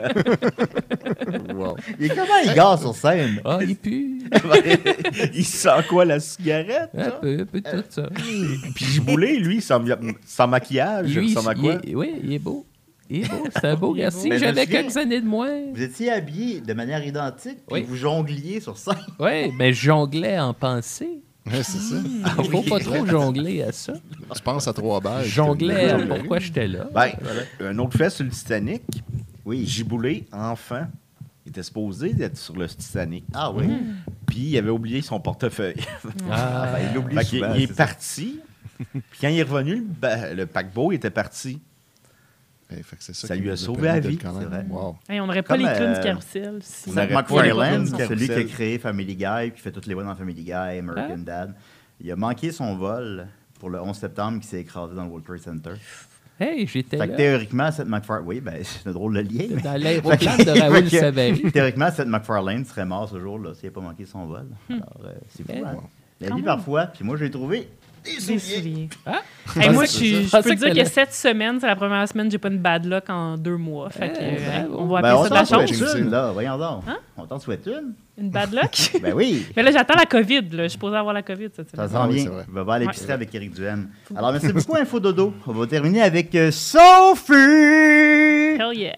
Wow. Il est comment Igor sur scène? Ah, il pue. Il sent quoi, la cigarette? Un ça? peu, un peu tout ça. Puis Giboulé, lui, sans, sans maquillage, Lui, ressemble à il quoi? est- oui, il est beau. Il est beau, c'est un beau Il est garçon. beau. Ben, je J'avais me souviens. quelques années de moins. Vous étiez habillé de manière identique, puis Oui. vous jongliez sur scène. Oui, mais je jonglais en pensée. Ouais, c'est ça. Il faut pas trop jongler à ça. Tu penses à trois balles. Je jonglais à comme- pourquoi j'étais là. Ben, un autre fait sur le Titanic, Oui. Giboulé, enfant, il était supposé d'être sur le Titanic. Ah oui. Puis il avait oublié son portefeuille. Ah, ben, il l'oublie Fait qu'il- souvent. il est c'est ça. parti. Puis quand il est revenu, le, ba- le paquebot était parti. Eh, fait que c'est ça, Ça qui lui a nous sauvé permis la de vie, le connaître. c'est vrai. Wow. Hey, on n'aurait pas Comme, les clowns euh, du carrousel. si- on Seth aurait pas MacFarlane, les c'est celui qui a carrousel. créé Family Guy, qui fait toutes les voix dans Family Guy, American Dad. Il a manqué son vol pour le onze septembre qui s'est écrasé dans le World Trade Center. Hey, j'étais Fait que là. théoriquement, Seth MacFarlane... Oui, ben, c'est un drôle de lien. mais- Dans l'aéroplan de Raoul Fait que- Savary. Théoriquement, Seth MacFarlane serait mort ce jour-là s'il n'avait pas manqué son vol. Alors, euh, c'est fou, Eh, hein? La Quand vie, même. parfois. Puis moi, j'ai trouvé des Des souliers. souliers. Ah, Hey, moi, je, c'est suis- ça. je Je pensais peux que dire que t'allais- cette semaine, c'est la première semaine que j'ai pas une bad luck en deux mois. Fait que, Eh, euh, bravo. on va Ben, appeler on ça de la t'en souhaite chance. chance. une, là. Voyons donc. Hein? On t'en souhaite une. Une bad luck? Ben oui. Mais là, j'attends la COVID. Là. Je suis supposée avoir la COVID cette Ça semaine. sent Ah oui, bien. c'est vrai. On va voir l'épicerie Ouais. avec Éric Duhem. Alors, merci beaucoup, Info Dodo. On va terminer avec euh, Sophie. Hell yeah.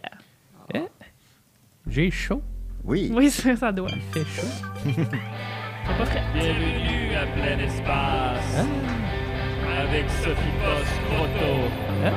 j'ai chaud. Oui. Oui, ça, ça doit. Il fait chaud. C'est pas frais. Bienvenue à plein espace Hein? avec Sophie Post-Proto. Hein?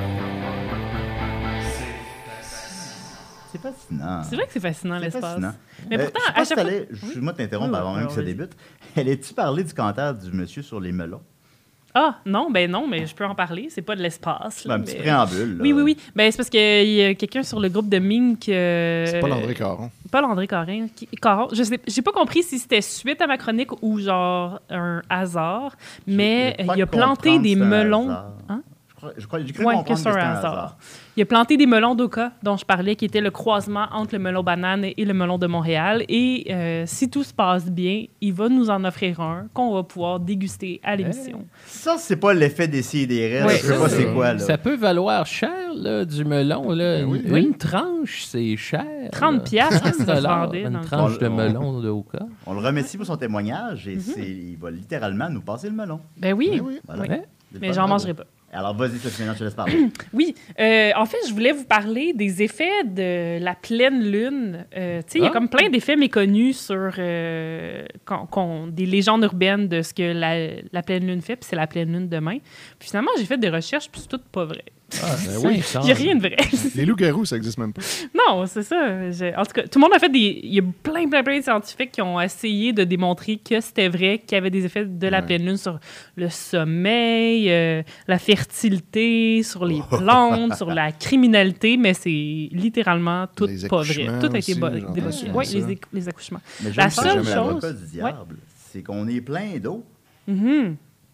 C'est fascinant. C'est vrai que c'est fascinant, C'est l'espace. fascinant. Mais Euh, pourtant, je sais pas à si chaque fois... t'allais- Excuse-moi de t'interrompre Oui, avant oui, même que ça vas-y. débute. Allais-tu parler du commentaire du monsieur sur les melons? Ah, non, ben non, mais je peux en parler. C'est pas de l'espace. là, Ben, un petit mais- préambule. là. Oui, oui, oui. Ben, c'est parce qu'il y a quelqu'un sur le groupe de Ming que... C'est pas l'André Caron. Pas l'André Caron. Qui... Caron. Je sais, j'ai pas compris si c'était suite à ma chronique ou genre un hasard, mais Je crois il a planté comprendre des que c'est un melons. hasard. Hein? Je crois, je crois, j'ai cru Ouais, comprendre que que c'est c'était un un hasard. hasard. Il a planté des melons d'Oka dont je parlais, qui était le croisement entre le melon banane et le melon de Montréal. Et euh, si tout se passe bien, il va nous en offrir un qu'on va pouvoir déguster à l'émission. Ça, c'est pas l'effet des si et des restes. Ouais. Je sais pas Ça, c'est quoi, là. Ça peut valoir cher, là, du melon. Là. Ben oui. Une, Oui. une tranche, c'est cher. trente là. piastres, ça se dollars, vendait dans Une le tranche temps. de On- melon de Oka. On le remercie pour son témoignage Mhm. et c'est- il va littéralement nous passer le melon. Ben oui, Ben oui. Voilà. Ouais. C'est mais pas j'en grave. mangerai pas. Alors, vas-y, Sophie, maintenant, je te laisse parler. Oui, euh, en fait, je voulais vous parler des effets de la pleine lune. Euh, tu sais, il y a Ah. comme plein d'effets méconnus sur euh, qu'on- qu'on- des légendes urbaines de ce que la, la pleine lune fait, puis c'est la pleine lune demain. Puis finalement, j'ai fait des recherches, puis c'est tout pas vrai. Ah, ben oui, ça. Il n'y a rien de vrai. Les loups-garous, ça existe même pas. Non, c'est ça. J'ai- En tout cas, tout le monde a fait des... Il y a plein, plein, plein de scientifiques qui ont essayé de démontrer que c'était vrai, qu'il y avait des effets de la Ouais. pleine lune sur le sommeil, euh, la fertilité, sur les plantes, sur la criminalité, mais c'est littéralement tout Les pas vrai. accouchements Tout a été aussi, bo- j'ai débloqué. entendu Oui, ça. les, éc- les accouchements. Mais La j'aime ça, seule j'aime chose- l'avocat du diable, c'est qu'on est plein d'eau. Mhm.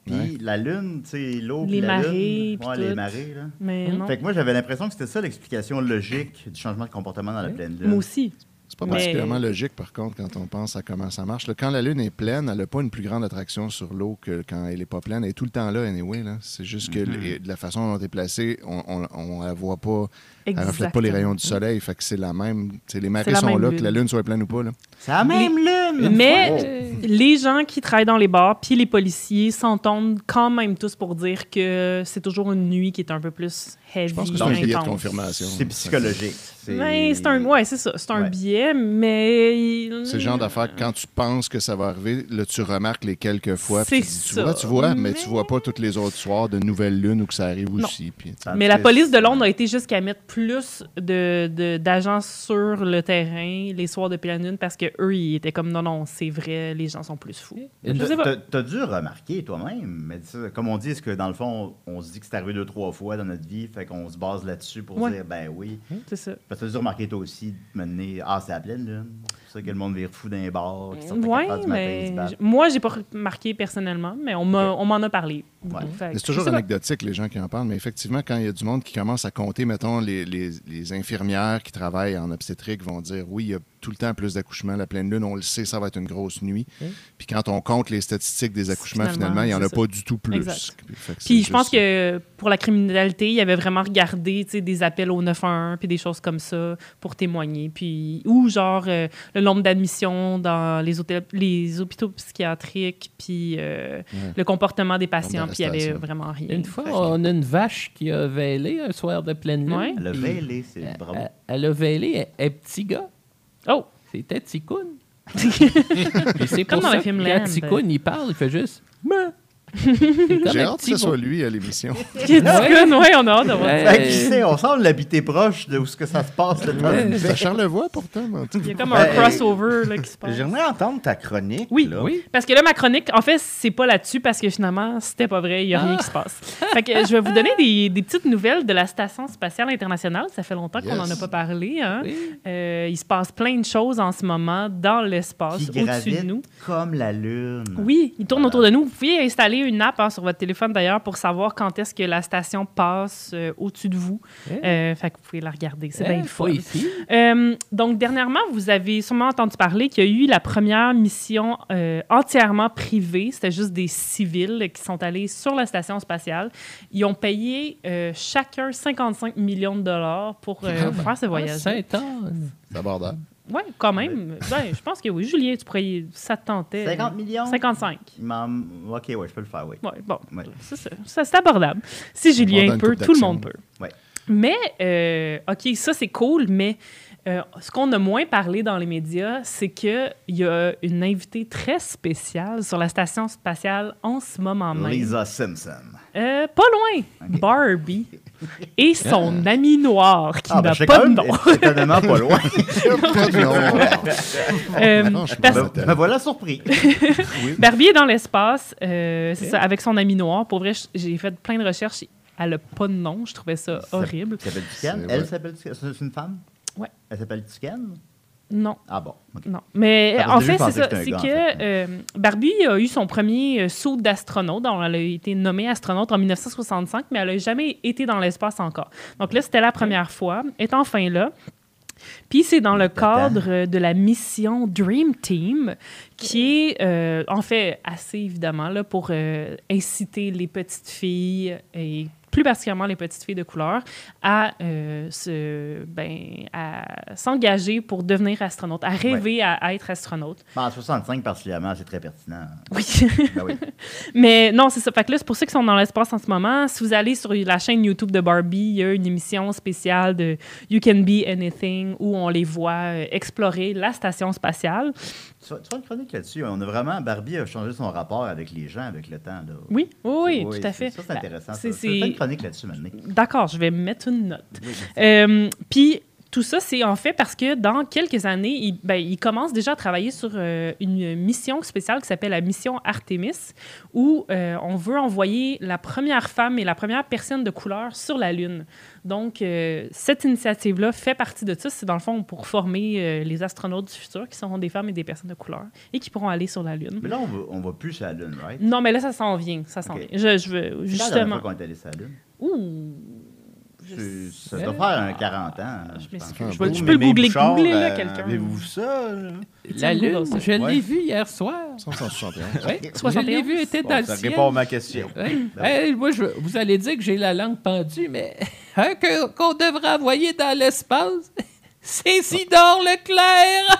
Puis Ouais. la Lune, tu sais, l'eau, puis Les la marées, Lune. puis Ouais, tout. les marées, là. Mais non. Fait que moi, j'avais l'impression que c'était ça l'explication logique du changement de comportement dans la pleine Lune. Moi aussi. C'est pas Mais- particulièrement logique, par contre, quand on pense à comment ça marche. Là, quand la Lune est pleine, elle n'a pas une plus grande attraction sur l'eau que quand elle n'est pas pleine. Elle est tout le temps là, anyway. Là. C'est juste que Mhm. les- de la façon dont elle est placée, on ne la voit pas. Elle ne reflète pas Exactement. les rayons du soleil. Fait que c'est la même. t'sais, les marées la sont même là, lune. que la Lune soit pleine ou pas. Là. C'est la même Lune! Mais Oh. euh, les gens qui travaillent dans les bars puis les policiers s'entendent quand même tous pour dire que c'est toujours une nuit qui est un peu plus heavy, Je pense que c'est un biais de intense. confirmation. C'est psychologique. C'est Ouais, c'est un, ouais, c'est ça. C'est un Ouais. biais, mais. C'est le genre d'affaire que quand tu penses que ça va arriver, là, tu remarques les quelques fois. puis tu, C'est dis, tu ça. vois, tu vois, mais, Mais- tu vois pas tous les autres soirs de nouvelles lunes où que ça arrive Non. aussi. Puis, t'sais. Mais la police de Londres a été jusqu'à mettre plus de, de- d'agents sur le terrain les soirs de pleine lune parce qu'eux, ils étaient comme non, non, c'est vrai, les gens sont plus fous. Une- Je sais pas. T'as t'as dû remarquer toi-même, mais ça, comme on dit, est-ce que dans le fond, on se dit que c'est arrivé deux, trois fois dans notre vie, fait qu'on se base là-dessus pour Ouais. dire, ben oui. C'est ça. Parce que t'as dû remarquer toi aussi, de mener, ah, c'est la pleine lune. C'est ça que le monde vire fou dans les bars, qui sortent à Ouais, quatre heures du matin, ils mais se battent. j- moi, j'ai pas remarqué personnellement, mais on, m'a, on m'en a parlé. Ouais. Fait que Mais c'est toujours je sais pas. anecdotique, les gens qui en parlent, mais effectivement, quand il y a du monde qui commence à compter, mettons, les, les, les infirmières qui travaillent en obstétrique vont dire oui, il y a tout le temps plus d'accouchements. La pleine lune, on le sait, ça va être une grosse nuit. Puis quand on compte les statistiques des accouchements, Finalement, finalement, il n'y en a c'est pas ça. du tout plus. Exact. Fait que c'est Puis je pense juste- que pour la criminalité, il avait vraiment regardé tu sais, des appels au neuf un un puis des choses comme ça pour témoigner. Puis, ou genre euh, le nombre d'admissions dans les, hôtels, les hôpitaux psychiatriques, puis euh, Ouais. le comportement des patients, puis il n'y avait d'arrestation. vraiment rien. Une fois, on a une vache qui a veillé un soir de pleine lune. Ouais. Elle a puis veillé, c'est elle- bravo. Elle, elle a veillé un, un petit gars. Oh! C'était Ticoun. Puis c'est Comme pour dans ça le film que Land. quand Ticoun, il parle, il fait juste... Meuh. C'est comme J'ai un hâte que petit ce soit mot. lui à l'émission. Qui dit que, ouais, on a hâte de voir. Ouais. Ben, qui sait, on semble l'habiter proche de où ce que ça se passe. Le temps Ouais. d'une C'est paix. à Charlevoix, pourtant. mais en tout cas. Il y a comme un Ben, crossover là, qui se passe. J'aimerais entendre ta chronique. Oui. là. Oui. Parce que là, ma chronique, en fait, c'est pas là-dessus parce que finalement, c'était pas vrai, il n'y a rien qui se passe. Fait que euh, je vais vous donner des, des petites nouvelles de la Station spatiale internationale. Ça fait longtemps qu'on n'en a Yes. pas parlé. Hein? Oui. Euh, il se passe plein de choses en ce moment dans l'espace, Qui au-dessus de gravite nous. comme la lune. Oui, il tourne Voilà. autour de nous. Vous pouvez installer une app hein, sur votre téléphone d'ailleurs pour savoir quand est-ce que la station passe euh, au-dessus de vous. Eh. Euh, fait que vous pouvez la regarder. C'est Eh, bien le pas fun. ici. Euh, donc, dernièrement, vous avez sûrement entendu parler qu'il y a eu la première mission euh, entièrement privée. C'était juste des civils qui sont allés sur la station spatiale. Ils ont payé euh, chacun cinquante-cinq millions de dollars pour euh, faire ce voyage. Saint-Anne. C'est abordable. Oui, quand même. Ben, je pense que oui. Julien, tu pourrais... y- Ça te tentait. cinquante millions? cinquante-cinq. Il m'en- Ok, ouais, je peux le faire, oui. Ouais, bon, Ouais. c'est ça. Ça, c'est abordable. Si Julien donne une peut, coupe tout le d'action. monde peut. Ouais. Mais, euh, OK, ça, c'est cool, mais euh, ce qu'on a moins parlé dans les médias, c'est qu'il y a une invitée très spéciale sur la station spatiale en ce moment même. Lisa Simpson. Euh, pas loin. OK. Barbie et son ami noir qui Ah, ben, n'a j'étais pas quand de même nom. étonnamment pas loin. Euh, Franchement, parce- hôtel. Me voilà surpris. Barbie est dans l'espace, euh, c'est ça, avec son ami noir. Pour vrai, j- j'ai fait plein de recherches. Elle n'a pas de nom. Je trouvais ça horrible. Elle s'appelle Tucan? C'est Elle vrai. s'appelle Tucan? C'est une femme? Ouais. Elle s'appelle Tucan? Non. Ah bon, ok. Non. Mais Ah, en au début, fait, je c'est pensais ça. que C'est c'était un que gars, en fait. euh, Barbie a eu son premier euh, saut d'astronaute. Donc, elle a été nommée astronaute en dix-neuf cent soixante-cinq, mais elle n'a jamais été dans l'espace encore. Donc là, c'était la première fois. Elle est enfin là. Puis c'est dans le cadre de la mission Dream Team, qui est, euh, en fait, assez évidemment là, pour euh, inciter les petites filles et plus particulièrement les petites filles de couleur, à, euh, se, ben, à s'engager pour devenir astronaute, à rêver à, à être astronaute. Ben, en soixante-cinq, particulièrement, c'est très pertinent. Oui. Ben oui. Mais non, c'est ça. Fait que là, c'est pour ceux qui sont dans l'espace en ce moment. Si vous allez sur la chaîne YouTube de Barbie, il y a une émission spéciale de You Can Be Anything où on les voit euh, explorer la station spatiale. Tu as tu as une chronique là-dessus. On a vraiment... Barbie a changé son rapport avec les gens avec le temps. Là. Oui, oui, oui, tout à c'est- fait. Ça, c'est intéressant. C'est- ça. c'est- Fais une chronique là-dessus, maintenant. D'accord, je vais mettre une note. Oui, merci. Euh, Puis, tout ça, c'est en fait parce que dans quelques années, ils, ben, ils commencent déjà à travailler sur euh, une mission spéciale qui s'appelle la mission Artemis, où euh, on veut envoyer la première femme et la première personne de couleur sur la Lune. Donc, euh, cette initiative-là fait partie de ça. C'est dans le fond pour former euh, les astronautes du futur, qui seront des femmes et des personnes de couleur, et qui pourront aller sur la Lune. Mais là, on va, on va plus sur la Lune, right? Non, mais là, ça s'en vient. Ça s'en Ok. vient. Je, je veux C'est quand la dernière justement... fois qu'on est allé sur la Lune? Ouh! Je C'est- Ça sais. doit faire un quarante ans. Je je m'excuse. pense. Je vais- Vous, je peux le Mémé googler, Bouchard, googler, là, euh, quelqu'un. Avez-vous vu ça? là? La Google Lune, ça. je Ouais. l'ai vue hier soir. cent soixante et onze. Oui, je soixante et l'ai onze. vue, elle était Bon, dans le ça ciel. répond à ma question. Oui. Hey, moi, je- vous allez dire que j'ai la langue pendue, mais un que- qu'on devrait envoyer dans l'espace, c'est Isidore Leclerc.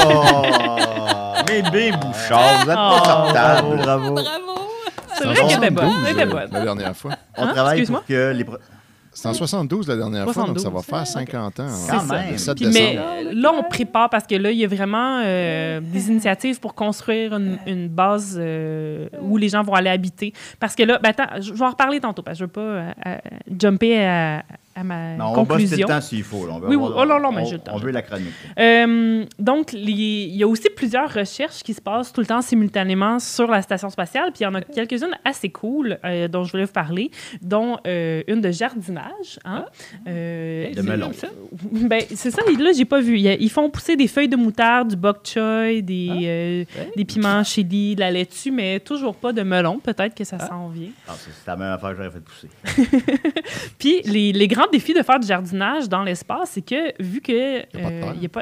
Oh! Mémé Bouchard, vous êtes pas Oh. sortable. Bravo, bravo. Bravo. C'est vrai qu'elle était bonne. soixante-douze, Elle était euh, bonne. la dernière fois. On Hein? travaille Excuse-moi? pour que les... pro- C'est en soixante-douze la dernière fois, donc ça va soixante-douze. faire cinquante ans. C'est Quand ça. même. Le sept Puis, décembre. mais là, on prépare parce que là, il y a vraiment euh, des initiatives pour construire une, une base euh, où les gens vont aller habiter. Parce que là, ben, attends, je vais en reparler tantôt parce que je ne veux pas euh, euh, jumper à, à ma Non, on bosse tout conclusion. le temps s'il faut. Là. On veut Oui, avoir- oui. Oh non, non, mais on- j'ai le temps, On j'ai veut le la chronique. Euh, donc, les- il y a aussi plusieurs recherches qui se passent tout le temps simultanément sur la station spatiale. Puis il y en a quelques-unes assez cool euh, dont je voulais vous parler, dont euh, une de jardinage. Hein? Euh, Hey, De c'est melon. comme ça. ben, c'est ça, là, j'ai pas vu. Il y a- Ils font pousser des feuilles de moutarde, du bok choy, des, euh, ouais. des piments chili, de la laitue, mais toujours pas de melon. Peut-être que ça s'en vient. Ah, c'est c'est la même affaire que j'aurais fait pousser. Puis les, les grands défis de faire du jardinage dans l'espace, c'est que vu que Y a pas de euh, terre. y a pas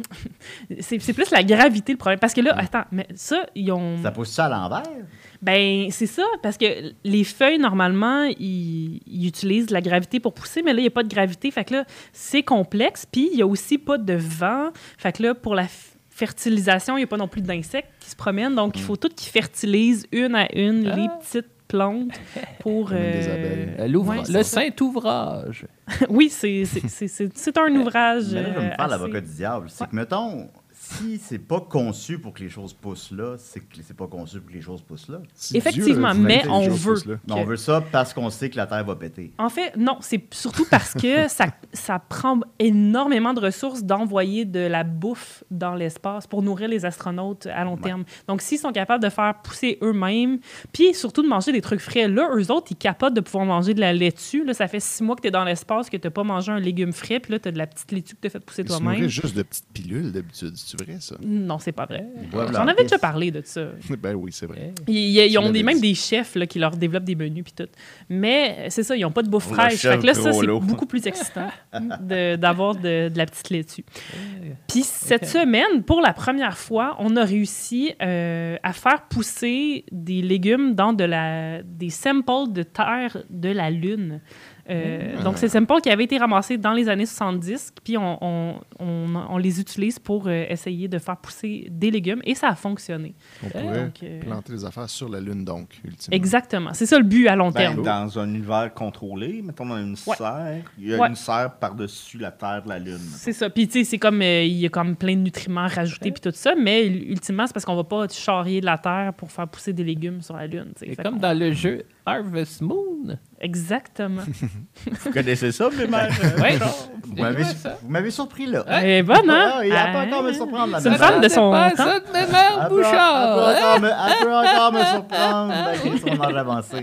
c'est c'est plus la gravité le problème parce que là attends, mais ça ils ont Ça pousse ça à l'envers? ben c'est ça parce que les feuilles normalement ils, ils utilisent la gravité pour pousser mais là il y a pas de gravité, fait que là c'est complexe, puis il y a aussi pas de vent, fait que là pour la f- fertilisation, il n'y a pas non plus d'insectes qui se promènent, donc il faut tout qu'ils fertilisent une à une Ah. les petites plantes pour Comme des euh, abeilles. Euh, l'ouvra- ouais, c'est le ça. saint ouvrage. Oui, c'est c'est- c'est- c'est- c'est un ouvrage. Mais là, je vais me euh, faire assez- l'avocat du diable. C'est que, mettons, si c'est pas conçu pour que les choses poussent là, c'est que c'est pas conçu pour que les choses poussent là. Si Effectivement, Dieu a mais fait les on choses veut. poussent là. Mais on veut ça parce qu'on sait que la Terre va péter. En fait, non, c'est surtout parce que ça, ça prend énormément de ressources d'envoyer de la bouffe dans l'espace pour nourrir les astronautes à long Ouais. terme. Donc, s'ils sont capables de faire pousser eux-mêmes, puis surtout de manger des trucs frais, là, eux autres, ils capotent de pouvoir manger de la laitue. Là, ça fait six mois que tu es dans l'espace, que tu n'as pas mangé un légume frais, puis là, tu as de la petite laitue que tu as fait pousser Ils se toi-même. nourrissent juste de petites pilules d'habitude. C'est vrai, ça? Non, c'est pas vrai. Ils boivent J'en leur avais déjà pisse. parlé de ça. Ben oui, c'est vrai. Ils, ils- ils Tu ont des, l'avais même dit. des chefs là, qui leur développent des menus puis tout. Mais euh, c'est ça, ils n'ont pas de bouffe Le fraîche. chef Fait que là, ça, c'est Groslo. beaucoup plus excitant de- d'avoir de, de la petite laitue. Euh, Puis cette semaine, pour la première fois, on a réussi euh, à faire pousser des légumes dans de la, des samples de terre de la Lune. Euh, Ah. Donc, c'est des samples qui avaient été ramassés dans les années soixante-dix, puis on, on, on, on les utilise pour euh, essayer de faire pousser des légumes, et ça a fonctionné. On pourrait Donc, euh, planter les affaires sur la Lune, donc, ultimement. Exactement. C'est ça le but à long Ben, terme. dans un univers contrôlé, mettons dans une Ouais. serre, il y a Ouais. une serre par-dessus la Terre de la Lune. C'est ça. Puis, tu sais, c'est comme, euh, il y a comme plein de nutriments rajoutés, puis tout ça, mais ultimement, c'est parce qu'on va pas charrier de la terre pour faire pousser des légumes sur la Lune. tu sais. C'est Fait comme qu'on- dans le jeu Harvest Moon. Exactement. Vous connaissez ça, mes mères? Ouais. Vous m'avez vous m'avez surpris là. Elle est bonne, hein? Ah, il a pas Ah. encore me surprendre la C'est une madame. femme de son pas temps. ça de mes Elle mères, peut- Bouchard. Elle peut hein? encore me- elle peut encore me surprendre avec son âge avancé.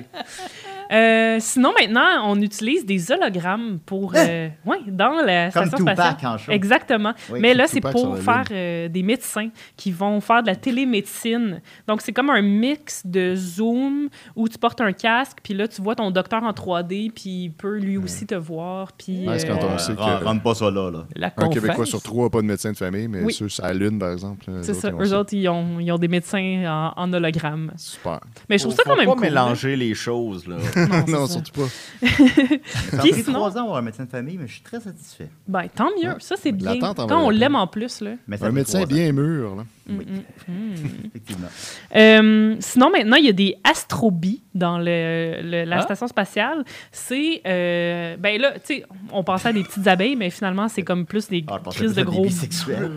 Euh, sinon, maintenant, on utilise des hologrammes pour. Euh, ouais, dans la Comme station spatiale. Tupac en show. Exactement. Oui, Mais là, Tupac c'est sur pour la faire euh, des médecins qui vont faire de la télémédecine. Donc, c'est comme un mix de Zoom où tu portes un casque, puis là, tu vois ton docteur en trois D, puis il peut lui aussi te voir. Puis, Ouais, c'est quand euh, on sait que- Ren- Rentre pas ça là. là. La Un confesse. Québécois sur trois n'a pas de médecin de famille, mais Oui. ceux sur la Lune, par exemple. eux c'est autres, ça. ils ont Eux autres, ils ont, ils ont des médecins en, en hologramme. Super. Mais je trouve ça Faut quand même pas cool. mélanger les choses, là. là. Non, c'est non, ça. surtout pas. Ça a Puis pris sinon- trois ans pour avoir un médecin de famille, mais je suis très satisfait. Ben, tant mieux. Ça, c'est De bien. l'attente en Quand valait on la l'aime peine. en plus, là. Mais ça Un fait médecin trois ans. bien mûr, là. Oui, effectivement. Euh, sinon, maintenant, il y a des astrobies dans le, le- la Ah. station spatiale. C'est. Euh, ben là, tu sais, on pensait à des petites abeilles, mais finalement, c'est comme plus des Ah, je pensais crises plus de à des gros. bisexuels.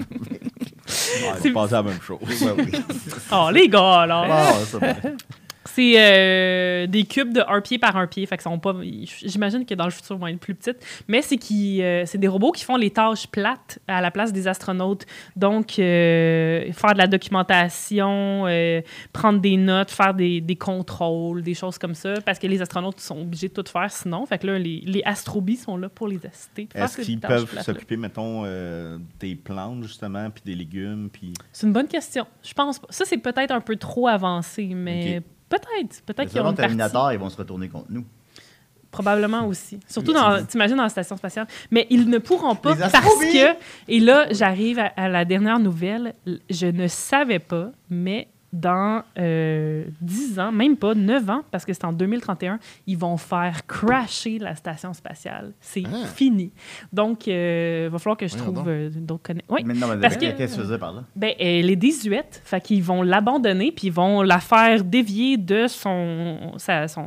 Ouais, c'est pas la même chose. Ouais, oui. Oh, les gars, alors! Ah, ça va. c'est euh, des cubes de un pied par un pied. Fait que sont pas, j'imagine que dans le futur, ils vont être plus petites. Mais c'est, qui, euh, c'est des robots qui font les tâches plates à la place des astronautes. Donc, euh, faire de la documentation, euh, prendre des notes, faire des, des contrôles, des choses comme ça. Parce que les astronautes sont obligés de tout faire sinon. Fait que là, les, les astrobies sont là pour les assister. Est-ce qu'ils peuvent plates, s'occuper, là. mettons, euh, des plantes, justement, puis des légumes? Puis... C'est une bonne question. Je pense pas. Ça, c'est peut-être un peu trop avancé, mais okay. peut-être. Peut-être qu'ils ont une Terminator, partie. Ils vont se retourner contre nous. Probablement aussi. Surtout, dans, t'imagines, dans la station spatiale. Mais ils ne pourront pas parce que... Et là, j'arrive à, à la dernière nouvelle. Je ne savais pas, mais... dans euh, dix ans, même pas neuf ans, parce que c'est en deux mille trente et un, ils vont faire crasher la station spatiale. C'est ah. fini. Donc, il euh, va falloir que je oui, trouve euh, d'autres connexions. Oui, mais non, mais parce que, qu'est-ce que tu faisais par là? Ben, elle est désuète, fait qu'ils vont l'abandonner, puis ils vont la faire dévier de son, sa, son,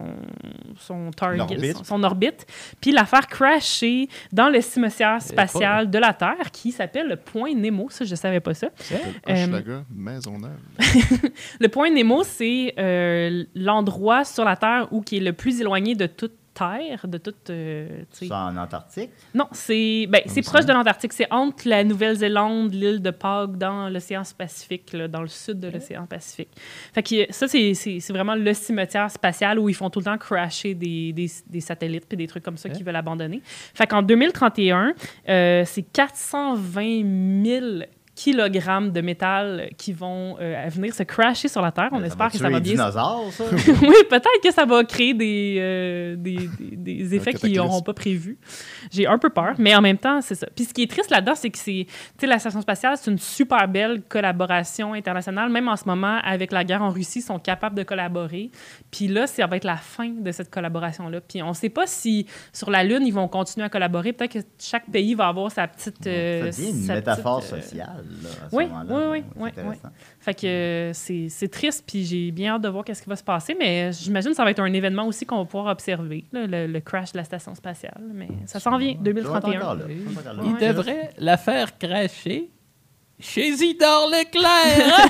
son target, orbite. Son, son orbite, puis la faire crasher dans le cimetière spatial de la Terre, qui s'appelle le Point Nemo. Ça, je savais pas ça. C'est Hochelaga, Maisonneuve. Le Point Nemo, c'est euh, l'endroit sur la Terre où qui est le plus éloigné de toute Terre, de toute... Euh, c'est en Antarctique? Non, c'est, ben, c'est proche de l'Antarctique. C'est entre la Nouvelle-Zélande, l'île de Pâques, dans l'océan Pacifique, là, dans le sud de l'océan Pacifique. Fait que ça, c'est, c'est, c'est vraiment le cimetière spatial où ils font tout le temps crasher des, des, des satellites puis des trucs comme ça qu'ils veulent abandonner. Fait qu'en deux mille trente et un, euh, c'est quatre cent vingt mille kilogrammes de métal qui vont euh, venir se crasher sur la Terre. On ça espère va que ça va bien... dinosaures, ça? Oui, peut-être que ça va créer des, euh, des, des, des effets qu'ils n'auront pas prévus. J'ai un peu peur, mais en même temps, c'est ça. Puis ce qui est triste là-dedans, c'est que c'est, tu sais, la station spatiale, c'est une super belle collaboration internationale. Même en ce moment, avec la guerre en Russie, ils sont capables de collaborer. Puis là, ça va être la fin de cette collaboration-là. Puis on ne sait pas si sur la Lune, ils vont continuer à collaborer. Peut-être que chaque pays va avoir sa petite... Euh, ça devient une métaphore petite, euh, sociale. Là, à ce oui, moment-là. oui, oui, oui, oui. Fait que euh, c'est, c'est triste, puis j'ai bien hâte de voir qu'est-ce qui va se passer, mais j'imagine que ça va être un événement aussi qu'on va pouvoir observer, là, le, le crash de la station spatiale. Mais ça s'en vient, deux mille trente et un. Là, Il ouais. devrait la faire crasher chez Isidore Leclerc.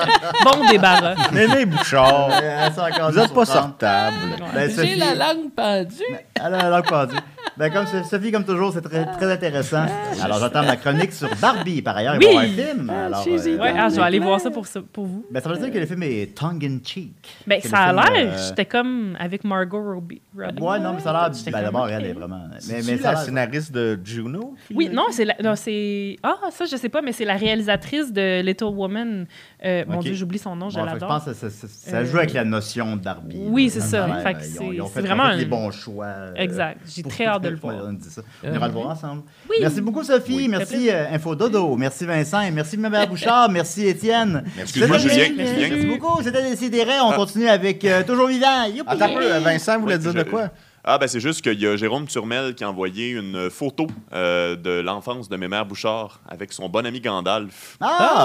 Bon débarras. Néné Bouchard, vous n'êtes pas sortable. Ben, J'ai la langue pendue. Ben, elle a la langue pendue. Ben, comme Sophie, comme toujours, c'est très, très intéressant. Alors, j'attends ma chronique sur Barbie. Par ailleurs, il oui. va y avoir un film. Alors, euh, ouais, ah, je vais aller voir ça pour, pour vous. Ben, ça veut dire que le film est tongue-in-cheek. Ben, ça a l'air. Euh... J'étais comme avec Margot Robbie. Ouais, non, mais ça a l'air... Ben, d'abord, elle est vraiment... Mais, mais c'est la scénariste de Juno? Oui, non, c'est... La... non, c'est... Ah, ça, je sais pas, mais c'est la réalisatrice de Little Woman. Euh, okay. Mon Dieu, j'oublie son nom, je bon, l'adore. Je pense que ça, ça, ça joue euh... avec la notion de Barbie. Oui, c'est ça. Fait que ils ont, ils ont c'est fait, vraiment... fait les bons choix. Exact. J'ai très hâte de le voir. On dit ça. On ira le voir ensemble. Oui. Merci beaucoup, Sophie. Oui, merci, euh, Info Dodo. Merci, Vincent. Et merci, Mme Bouchard. Merci, Étienne. Excuse-moi, Julien. Merci beaucoup. C'était Décidéré. On ah. continue avec euh, Toujours Vivant. Youpi. Attends un peu. Vincent voulait oui, dire je... de quoi? Ah, ben c'est juste qu'il y a Jérôme Turmel qui a envoyé une photo euh, de l'enfance de Mémère Bouchard avec son bon ami Gandalf.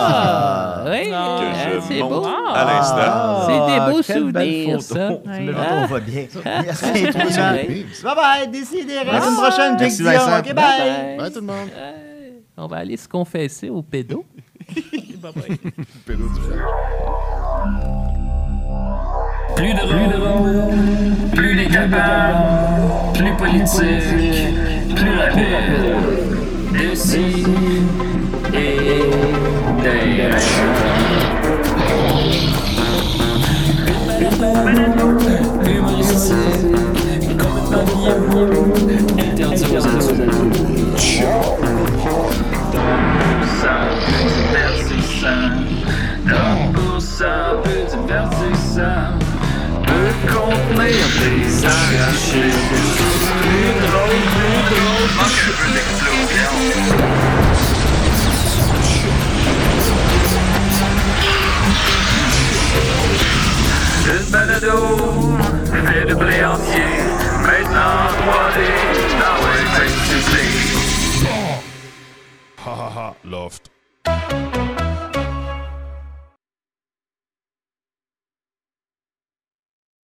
Ah! Oui! Que ah, je c'est montre beau. à l'instant. Ah, c'est des beaux souvenirs, ça. Ouais. Le ah. va bien. Merci infiniment. Bye-bye, Décidéré. À la semaine prochaine, Merci, Vincent. OK, bye. Bye, bye tout le monde. Euh, on va aller se confesser au pédo. Bye-bye. Pédo du fer. Plus de rôle, plus décapable, plus politique, plus rapide. D'ici et d'ailleurs. Humoristique, complètement bien, interdit aux adultes. Ça peut divertissant, donc pour ça peut divertissant. Peut contenir des arrachés. Plus drôle, plus drôle, manque un peu d'explosion. Une balado, fait de blé entier, maintenant trois D, dans les face to play. Ha ha ha, Loft.